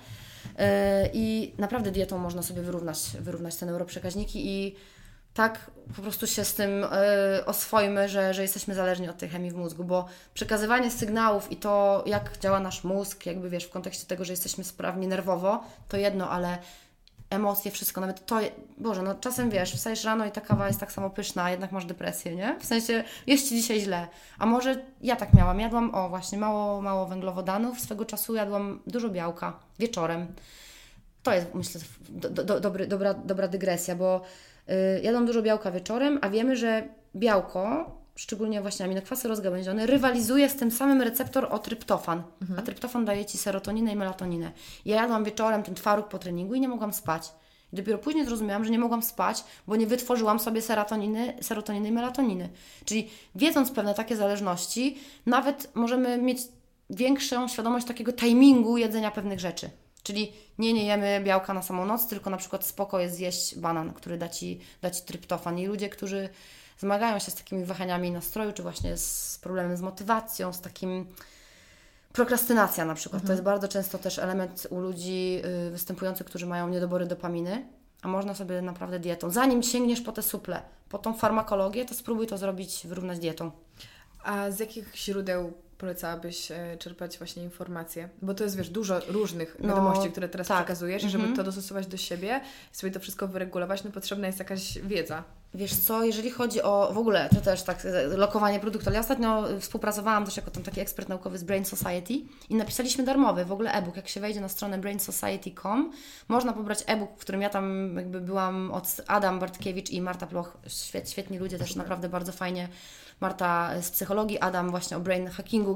I naprawdę dietą można sobie wyrównać te neuroprzekaźniki i tak po prostu się z tym oswojmy, że jesteśmy zależni od tej chemii w mózgu, bo przekazywanie sygnałów i to, jak działa nasz mózg, jakby wiesz, w kontekście tego, że jesteśmy sprawni nerwowo, to jedno, ale emocje, wszystko, nawet to, Boże, no czasem wiesz, wstajesz rano i ta kawa jest tak samo pyszna, a jednak masz depresję, nie? W sensie, jest Ci dzisiaj źle. A może ja tak miałam, jadłam, właśnie, mało węglowodanów, swego czasu jadłam dużo białka wieczorem. To jest, myślę, dobra dygresja, bo jadłam dużo białka wieczorem, a wiemy, że białko, szczególnie właśnie aminokwasy rozgałęzione, rywalizuje z tym samym receptor o tryptofan. A tryptofan daje Ci serotoninę i melatoninę. Ja jadłam wieczorem ten twaróg po treningu i nie mogłam spać. I dopiero później zrozumiałam, że nie mogłam spać, bo nie wytworzyłam sobie serotoniny i melatoniny. Czyli wiedząc pewne takie zależności, nawet możemy mieć większą świadomość takiego timingu jedzenia pewnych rzeczy. Czyli nie jemy białka na samą noc, tylko na przykład spoko jest zjeść banan, który da Ci tryptofan. I ludzie, którzy zmagają się z takimi wahaniami nastroju, czy właśnie z problemem z motywacją, z takim prokrastynacja na przykład. To jest bardzo często też element u ludzi występujących, którzy mają niedobory dopaminy, a można sobie naprawdę dietą. Zanim sięgniesz po te suple, po tą farmakologię, to spróbuj to zrobić, wyrównać dietą. A z jakich źródeł polecałabyś czerpać właśnie informacje? Bo to jest, wiesz, dużo różnych wiadomości, które teraz przekazujesz i żeby to dostosować do siebie i sobie to wszystko wyregulować, potrzebna jest jakaś wiedza. Wiesz co, jeżeli chodzi o w ogóle, to też tak, lokowanie produktu, ale ja ostatnio współpracowałam też jako tam taki ekspert naukowy z Brain Society i napisaliśmy darmowy w ogóle e-book. Jak się wejdzie na stronę brainsociety.com, można pobrać e-book, w którym ja tam jakby byłam od Adam Bartkiewicz i Marta Ploch, świetni ludzie, też naprawdę bardzo fajnie. Marta z psychologii, Adam właśnie o brain hackingu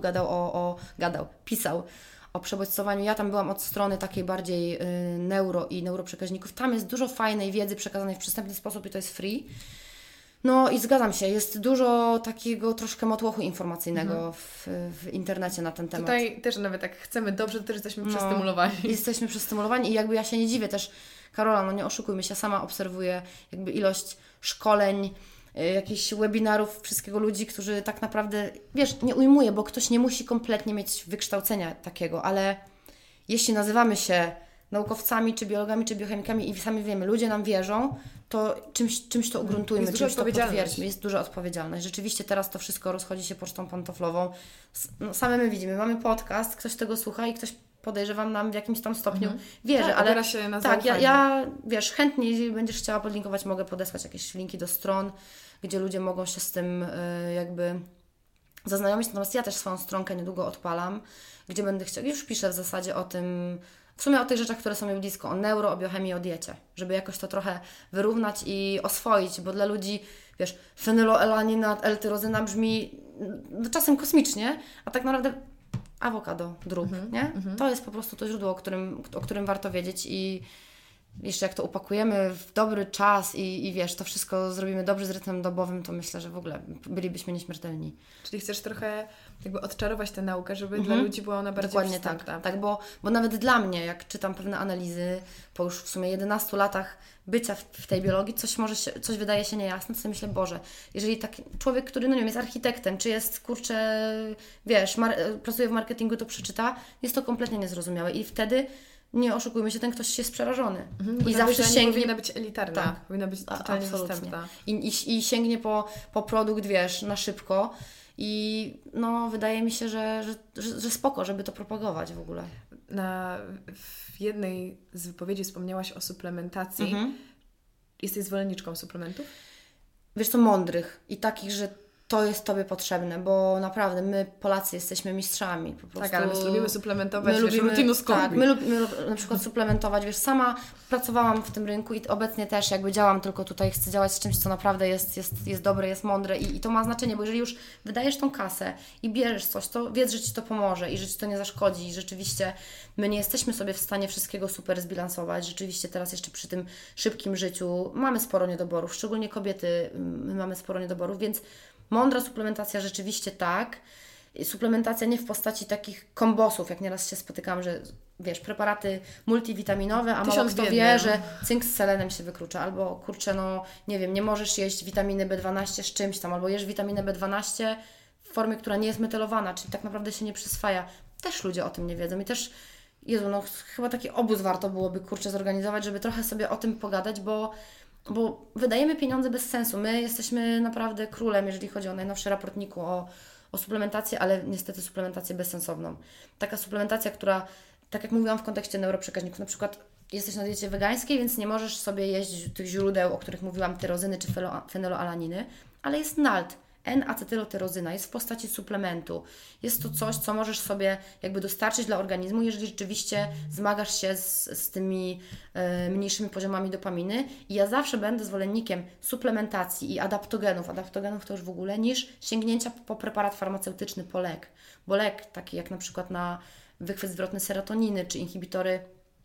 pisał o przebodźcowaniu. Ja tam byłam od strony takiej bardziej neuroprzekaźników. Tam jest dużo fajnej wiedzy przekazanej w przystępny sposób i to jest free. No i zgadzam się, jest dużo takiego troszkę motłochu informacyjnego w internecie na ten temat. Tutaj też nawet jak chcemy dobrze, to też jesteśmy przestymulowani. Jesteśmy przestymulowani i jakby ja się nie dziwię też, Karola, nie oszukujmy się, sama obserwuję jakby ilość szkoleń, jakichś webinarów, wszystkiego ludzi, którzy tak naprawdę, wiesz, nie ujmuję, bo ktoś nie musi kompletnie mieć wykształcenia takiego, ale jeśli nazywamy się naukowcami, czy biologami, czy biochemikami i sami wiemy, ludzie nam wierzą, to czymś to ugruntujmy, czymś to potwierdźmy. Jest duża odpowiedzialność. Rzeczywiście teraz to wszystko rozchodzi się pocztą pantoflową. Same my widzimy, mamy podcast, ktoś tego słucha i ktoś, podejrzewam, nam w jakimś tam stopniu wierzy, tak, ale się na tak, ja wiesz, chętnie, jeżeli będziesz chciała podlinkować, mogę podesłać jakieś linki do stron, gdzie ludzie mogą się z tym jakby zaznajomić. Natomiast ja też swoją stronkę niedługo odpalam, gdzie będę chciała, już piszę w zasadzie o tym, w sumie o tych rzeczach, które są mi blisko, o neuro, o biochemii, o diecie, żeby jakoś to trochę wyrównać i oswoić, bo dla ludzi, wiesz, fenyloelanina, L-tyrozyna brzmi czasem kosmicznie, a tak naprawdę awokado, drób, nie? To jest po prostu to źródło, o którym warto wiedzieć i jeszcze jak to upakujemy w dobry czas i wiesz, to wszystko zrobimy dobrze z rytmem dobowym, to myślę, że w ogóle bylibyśmy nieśmiertelni. Czyli chcesz trochę jakby odczarować tę naukę, żeby dla ludzi była ona bardziej dokładnie przystępna. Tak, bo nawet dla mnie, jak czytam pewne analizy, po już w sumie 11 latach bycia w tej biologii, coś wydaje się niejasne, to sobie myślę, Boże, jeżeli taki człowiek, który, nie wiem, jest architektem, czy jest, kurczę, wiesz, pracuje w marketingu, to przeczyta, jest to kompletnie niezrozumiałe i wtedy nie oszukujmy się, ten ktoś jest przerażony. I zawsze sięgnie... powinna być elitarna, tak, powinna być totalnie dostępna. I sięgnie po produkt, wiesz, na szybko. I no, wydaje mi się, że spoko, żeby to propagować w ogóle. W jednej z wypowiedzi wspomniałaś o suplementacji. Jesteś zwolenniczką suplementów? Wiesz co, mądrych i takich, że to jest Tobie potrzebne, bo naprawdę my Polacy jesteśmy mistrzami. Po prostu. Tak, ale my lubimy suplementować, rutinu z kombi. Tak, my lubimy na przykład suplementować, wiesz, sama pracowałam w tym rynku i obecnie też jakby działam, tylko tutaj chcę działać z czymś, co naprawdę jest dobre, jest mądre i to ma znaczenie, bo jeżeli już wydajesz tą kasę i bierzesz coś, to wiedz, że Ci to pomoże i że Ci to nie zaszkodzi i rzeczywiście my nie jesteśmy sobie w stanie wszystkiego super zbilansować. Rzeczywiście teraz jeszcze przy tym szybkim życiu mamy sporo niedoborów, szczególnie kobiety, my mamy sporo niedoborów, więc mądra suplementacja rzeczywiście tak. Suplementacja nie w postaci takich kombosów, jak nieraz się spotykam, że wiesz, preparaty multivitaminowe, a mało kto wie, że cynk z selenem się wyklucza, albo kurczę, no nie wiem, nie możesz jeść witaminy B12 z czymś tam, albo jesz witaminę B12 w formie, która nie jest metylowana, czyli tak naprawdę się nie przyswaja. Też ludzie o tym nie wiedzą i też, Jezu, no chyba taki obóz warto byłoby, kurczę, zorganizować, żeby trochę sobie o tym pogadać, bo wydajemy pieniądze bez sensu. My jesteśmy naprawdę królem, jeżeli chodzi o najnowszy raport NIK-u o suplementację, ale niestety suplementację bezsensowną. Taka suplementacja, która, tak jak mówiłam w kontekście neuroprzekaźników, na przykład jesteś na diecie wegańskiej, więc nie możesz sobie jeść tych źródeł, o których mówiłam, tyrozyny czy fenoloalaniny, ale jest NALT, N-acetylotyrozyna, jest w postaci suplementu. Jest to coś, co możesz sobie jakby dostarczyć dla organizmu, jeżeli rzeczywiście zmagasz się z tymi mniejszymi poziomami dopaminy. I ja zawsze będę zwolennikiem suplementacji i adaptogenów to już w ogóle, niż sięgnięcia po preparat farmaceutyczny, po lek. Bo lek, taki jak na przykład na wychwyt zwrotny serotoniny, czy inhibitory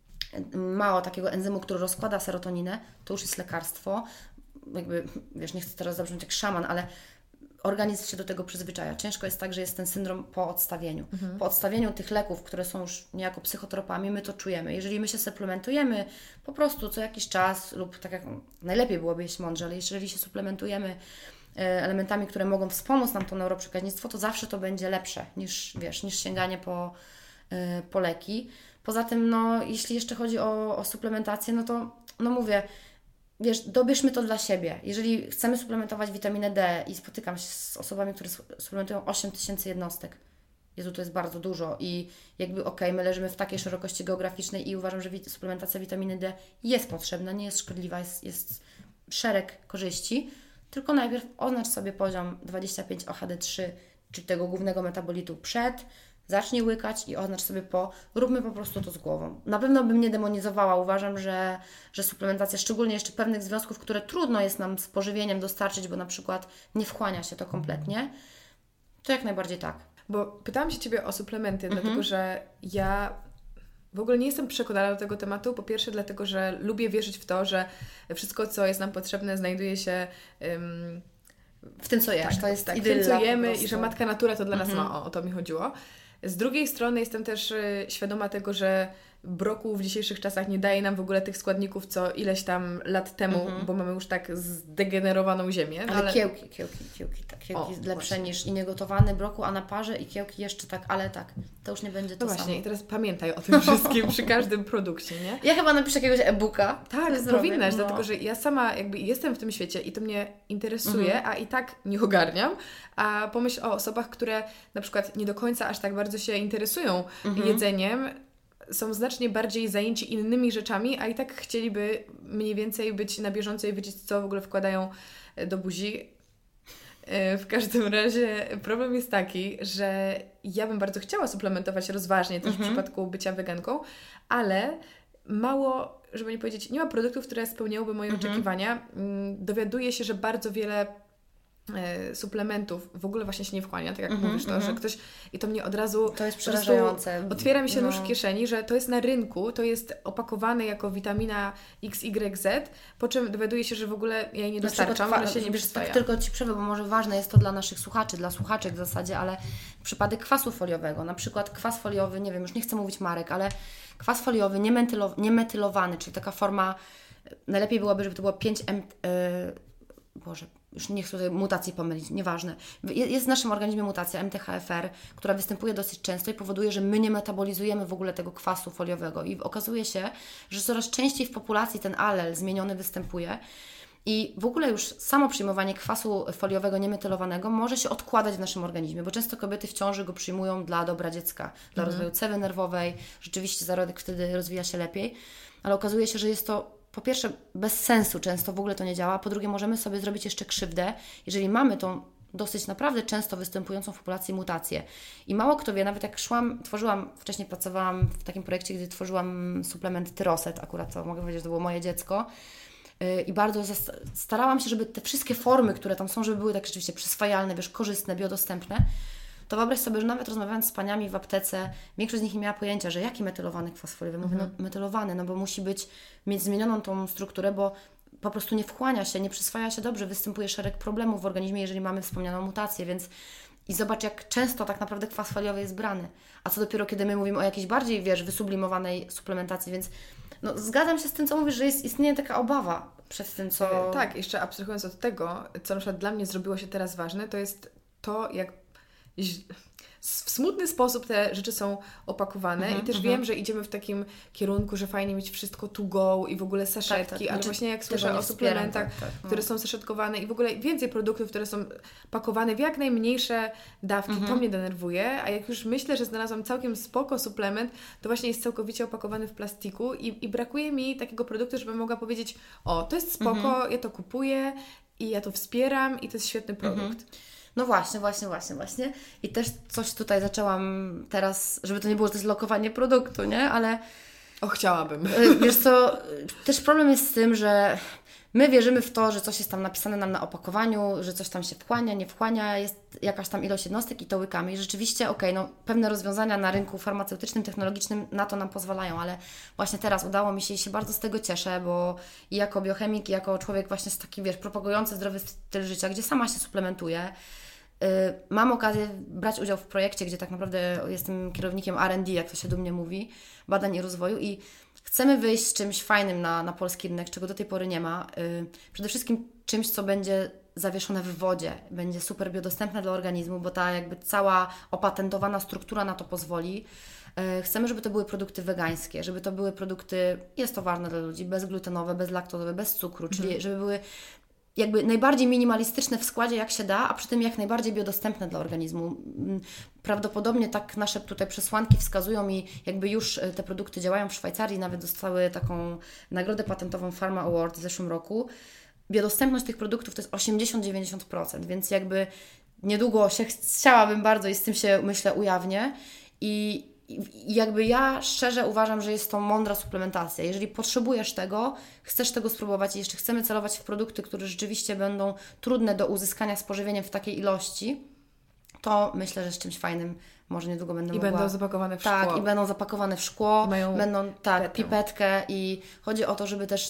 mało takiego enzymu, który rozkłada serotoninę, to już jest lekarstwo. Jakby, wiesz, nie chcę teraz zabrzmieć jak szaman, ale organizm się do tego przyzwyczaja. Ciężko jest tak, że jest ten syndrom po odstawieniu. Po odstawieniu tych leków, które są już niejako psychotropami, my to czujemy. Jeżeli my się suplementujemy po prostu co jakiś czas lub tak jak najlepiej byłoby jeść mądrze, ale jeżeli się suplementujemy elementami, które mogą wspomóc nam to neuroprzekaźnictwo, to zawsze to będzie lepsze niż sięganie po leki. Poza tym, no, jeśli jeszcze chodzi o suplementację, no to no mówię, wiesz, dobierzmy to dla siebie. Jeżeli chcemy suplementować witaminę D i spotykam się z osobami, które suplementują 8000 jednostek, Jezu, to jest bardzo dużo i jakby my leżymy w takiej szerokości geograficznej i uważam, że suplementacja witaminy D jest potrzebna, nie jest szkodliwa, jest szereg korzyści, tylko najpierw oznacz sobie poziom 25 OHD3, czyli tego głównego metabolitu przed, zacznij łykać i oznacz sobie róbmy po prostu to z głową. Na pewno bym nie demonizowała. Uważam, że suplementacja, szczególnie jeszcze pewnych związków, które trudno jest nam z pożywieniem dostarczyć, bo na przykład nie wchłania się to kompletnie, to jak najbardziej tak. Bo pytałam się Ciebie o suplementy, dlatego że ja w ogóle nie jestem przekonana do tego tematu. Po pierwsze dlatego, że lubię wierzyć w to, że wszystko, co jest nam potrzebne, znajduje się... w tym, co jesz. Tak, to jest w tym, co jemy i że Matka Natura to dla nas ma. O to mi chodziło. Z drugiej strony jestem też świadoma tego, że brokuł w dzisiejszych czasach nie daje nam w ogóle tych składników, co ileś tam lat temu, bo mamy już tak zdegenerowaną ziemię. No, ale kiełki lepsze niż i niegotowany brokuł, a na parze i kiełki jeszcze tak, ale tak, to już nie będzie to samo. No właśnie, samo. i teraz pamiętaj o tym wszystkim przy każdym produkcie, nie? Ja chyba napiszę jakiegoś e-booka. Tak, powinnaś, dlatego że ja sama jakby jestem w tym świecie i to mnie interesuje, a i tak nie ogarniam. A pomyśl o osobach, które na przykład nie do końca aż tak bardzo się interesują jedzeniem, są znacznie bardziej zajęci innymi rzeczami, a i tak chcieliby mniej więcej być na bieżąco i wiedzieć, co w ogóle wkładają do buzi. W każdym razie problem jest taki, że ja bym bardzo chciała suplementować rozważnie też w przypadku bycia weganką, ale mało, żeby nie powiedzieć, nie ma produktów, które spełniałyby moje oczekiwania. Dowiaduję się, że bardzo wiele suplementów w ogóle właśnie się nie wchłania, tak jak mówisz to, że ktoś, i to mnie od razu to jest przerażające. Otwiera mi się nóż w kieszeni, że to jest na rynku, to jest opakowane jako witamina XYZ, po czym dowiaduję się, że w ogóle ja jej nie dostarczam, ona się nie przyswaja. Tak, tylko Ci przerwę, bo może ważne jest to dla naszych słuchaczy, dla słuchaczek w zasadzie, ale przypadek kwasu foliowego, na przykład kwas foliowy, nie wiem, już nie chcę mówić marek, ale kwas foliowy niemetylowany, czyli taka forma, najlepiej byłoby, żeby to było Boże, już nie chcę tutaj mutacji pomylić, nieważne. Jest w naszym organizmie mutacja MTHFR, która występuje dosyć często i powoduje, że my nie metabolizujemy w ogóle tego kwasu foliowego i okazuje się, że coraz częściej w populacji ten alel zmieniony występuje. I w ogóle już samo przyjmowanie kwasu foliowego niemetylowanego może się odkładać w naszym organizmie, bo często kobiety w ciąży go przyjmują dla dobra dziecka, dla rozwoju cewy nerwowej, rzeczywiście zarodek wtedy rozwija się lepiej, ale okazuje się, że jest to po pierwsze bez sensu, często w ogóle to nie działa, po drugie możemy sobie zrobić jeszcze krzywdę, jeżeli mamy tą dosyć naprawdę często występującą w populacji mutację. I mało kto wie, nawet jak wcześniej pracowałam w takim projekcie, gdzie tworzyłam suplement Tyroset, akurat to mogę powiedzieć, że to było moje dziecko, i bardzo starałam się, żeby te wszystkie formy, które tam są, żeby były tak rzeczywiście przyswajalne, korzystne, biodostępne. To wyobraź sobie, że nawet rozmawiając z paniami w aptece, większość z nich nie miała pojęcia, że jaki metylowany kwas foliowy. Mówię, metylowany, no bo musi mieć zmienioną tą strukturę, bo po prostu nie wchłania się, nie przyswaja się dobrze, występuje szereg problemów w organizmie, jeżeli mamy wspomnianą mutację, więc i zobacz, jak często tak naprawdę kwas foliowy jest brany. A co dopiero, kiedy my mówimy o jakiejś bardziej, wysublimowanej suplementacji, więc no, zgadzam się z tym, co mówisz, że istnieje taka obawa przed tym, co... Tak, jeszcze abstrahując od tego, co na przykład dla mnie zrobiło się teraz ważne, to jest to, jak w smutny sposób te rzeczy są opakowane i też wiem, że idziemy w takim kierunku, że fajnie mieć wszystko to go i w ogóle saszetki, ale właśnie jak słyszę o suplementach, które są saszetkowane i w ogóle więcej produktów, które są pakowane w jak najmniejsze dawki, to mnie denerwuje, a jak już myślę, że znalazłam całkiem spoko suplement, to właśnie jest całkowicie opakowany w plastiku i brakuje mi takiego produktu, żebym mogła powiedzieć, o, to jest spoko, ja to kupuję i ja to wspieram i to jest świetny produkt. No właśnie. I też coś tutaj zaczęłam teraz, żeby to nie było, że to jest lokowanie produktu, nie? Ale... chciałabym. Wiesz co, też problem jest z tym, że my wierzymy w to, że coś jest tam napisane nam na opakowaniu, że coś tam się wchłania, nie wchłania, jest jakaś tam ilość jednostek i to łykamy. I rzeczywiście, pewne rozwiązania na rynku farmaceutycznym, technologicznym na to nam pozwalają, ale właśnie teraz udało mi się i się bardzo z tego cieszę, bo i jako biochemik, i jako człowiek właśnie z taki, propagujący zdrowy styl życia, gdzie sama się suplementuję, mam okazję brać udział w projekcie, gdzie tak naprawdę jestem kierownikiem R&D, jak to się dumnie mówi, badań i rozwoju i chcemy wyjść z czymś fajnym na polski rynek, czego do tej pory nie ma. Przede wszystkim czymś, co będzie zawieszone w wodzie, będzie super biodostępne dla organizmu, bo ta cała opatentowana struktura na to pozwoli. Chcemy, żeby to były produkty wegańskie, żeby to były produkty, jest to ważne dla ludzi, bezglutenowe, bezlaktozowe, bez cukru, czyli żeby były najbardziej minimalistyczne w składzie jak się da, a przy tym jak najbardziej biodostępne dla organizmu. Prawdopodobnie tak nasze tutaj przesłanki wskazują i już te produkty działają w Szwajcarii, nawet dostały taką nagrodę patentową Pharma Award w zeszłym roku. Biodostępność tych produktów to jest 80-90%, więc niedługo chciałabym bardzo i z tym się, myślę, ujawnię i ja szczerze uważam, że jest to mądra suplementacja. Jeżeli potrzebujesz tego, chcesz tego spróbować i jeszcze chcemy celować w produkty, które rzeczywiście będą trudne do uzyskania z pożywieniem w takiej ilości, to myślę, że z czymś fajnym może niedługo będę mogła... I będą zapakowane w szkło. Tak, i będą zapakowane w szkło, będą pipetę. Pipetkę i chodzi o to, żeby też,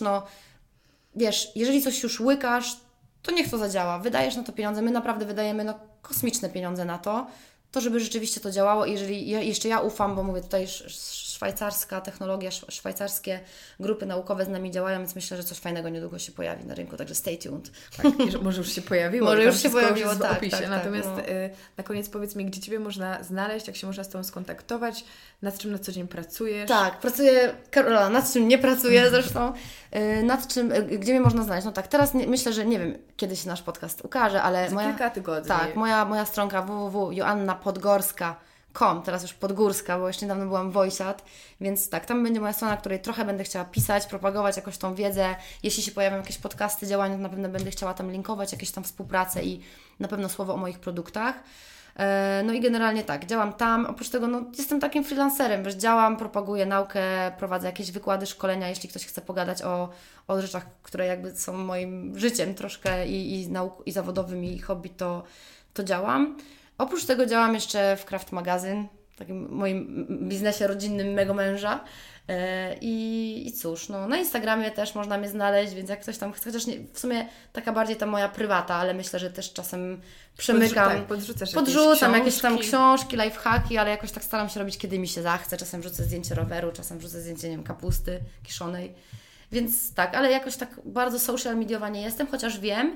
jeżeli coś już łykasz, to niech to zadziała. Wydajesz na to pieniądze, my naprawdę wydajemy kosmiczne pieniądze na to, żeby rzeczywiście to działało. I jeżeli jeszcze ja ufam, bo mówię tutaj szwajcarska technologia, szwajcarskie grupy naukowe z nami działają, więc myślę, że coś fajnego niedługo się pojawi na rynku, także stay tuned. Tak, może już się pojawiło. Może już się pojawiło, w opisie. Tak. Natomiast na koniec powiedz mi, gdzie Ciebie można znaleźć, jak się można z Tobą skontaktować, nad czym na co dzień pracujesz? Tak, pracuję, Karola, nad czym nie pracuję zresztą, gdzie mnie można znaleźć? Teraz myślę, że nie wiem, kiedy się nasz podcast ukaże, ale kilka tygodni. Tak, moja stronka www.joannapodgorska.com, teraz już Podgórska, bo jeszcze niedawno byłam Wojsiat, więc tak, tam będzie moja strona, na której trochę będę chciała pisać, propagować jakoś tą wiedzę. Jeśli się pojawią jakieś podcasty, działania, to na pewno będę chciała tam linkować jakieś tam współpracę i na pewno słowo o moich produktach. No i generalnie tak, działam tam. Oprócz tego jestem takim freelancerem, działam, propaguję naukę, prowadzę jakieś wykłady, szkolenia, jeśli ktoś chce pogadać o rzeczach, które są moim życiem troszkę i zawodowym i hobby, to działam. Oprócz tego działam jeszcze w Craft Magazine, takim moim biznesie rodzinnym mego męża. I cóż, na Instagramie też można mnie znaleźć, więc jak ktoś tam chce, chociaż w sumie taka bardziej ta moja prywata, ale myślę, że też czasem przemykam. Podrzucam jakieś tam książki, lifehacki, ale jakoś tak staram się robić, kiedy mi się zachce. Czasem wrzucę zdjęcie roweru, czasem wrzucę zdjęcie, nie wiem, kapusty kiszonej. Więc tak, ale jakoś tak bardzo social mediowa nie jestem, chociaż wiem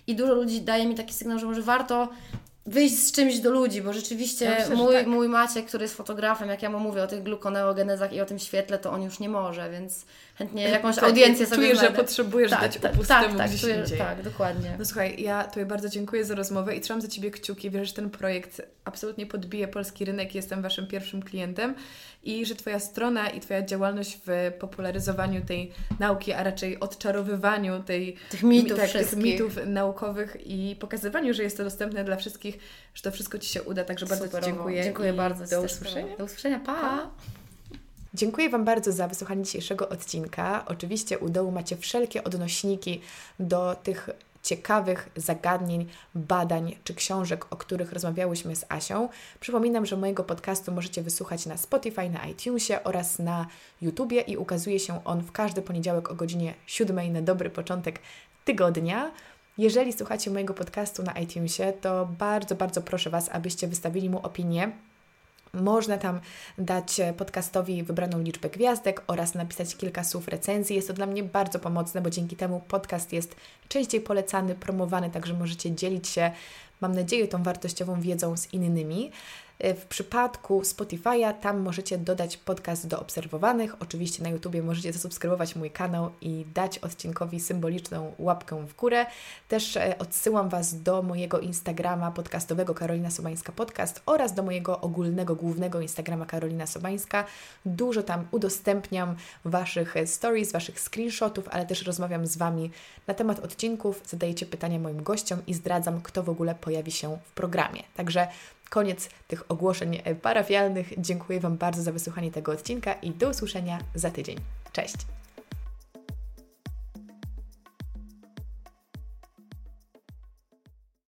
i dużo ludzi daje mi taki sygnał, że może warto wyjść z czymś do ludzi, bo rzeczywiście ja myślę, mój Maciek, który jest fotografem, jak ja mu mówię o tych glukoneogenezach i o tym świetle, to on już nie może, więc chętnie jakąś audiencję sobie czujesz, znajdę. że potrzebujesz dać upust temu gdzieś indziej. Tak, dokładnie. No słuchaj, ja Tobie bardzo dziękuję za rozmowę i trzymam za Ciebie kciuki. Wierzę, że ten projekt absolutnie podbije polski rynek. Jestem Waszym pierwszym klientem i że Twoja strona i Twoja działalność w popularyzowaniu tej nauki, a raczej odczarowywaniu tych mitów naukowych i pokazywaniu, że jest to dostępne dla wszystkich, że to wszystko Ci się uda. Także bardzo Ci dziękuję. Dziękuję bardzo. Do usłyszenia. Do usłyszenia. Pa! Dziękuję Wam bardzo za wysłuchanie dzisiejszego odcinka. Oczywiście u dołu macie wszelkie odnośniki do tych ciekawych zagadnień, badań czy książek, o których rozmawiałyśmy z Asią. Przypominam, że mojego podcastu możecie wysłuchać na Spotify, na iTunesie oraz na YouTubie i ukazuje się on w każdy poniedziałek o godzinie 7 na dobry początek tygodnia. Jeżeli słuchacie mojego podcastu na iTunesie, to bardzo, bardzo proszę Was, abyście wystawili mu opinię. Można tam dać podcastowi wybraną liczbę gwiazdek oraz napisać kilka słów recenzji. Jest to dla mnie bardzo pomocne, bo dzięki temu podcast jest częściej polecany, promowany, także możecie dzielić się, mam nadzieję, tą wartościową wiedzą z innymi. W przypadku Spotify'a tam możecie dodać podcast do obserwowanych. Oczywiście na YouTubie możecie zasubskrybować mój kanał i dać odcinkowi symboliczną łapkę w górę. Też odsyłam Was do mojego Instagrama podcastowego Karolina Sobańska Podcast oraz do mojego ogólnego, głównego Instagrama Karolina Sobańska. Dużo tam udostępniam Waszych stories, Waszych screenshotów, ale też rozmawiam z Wami na temat odcinków, zadajecie pytania moim gościom i zdradzam, kto w ogóle pojawi się w programie. Także koniec tych ogłoszeń parafialnych. Dziękuję Wam bardzo za wysłuchanie tego odcinka i do usłyszenia za tydzień. Cześć!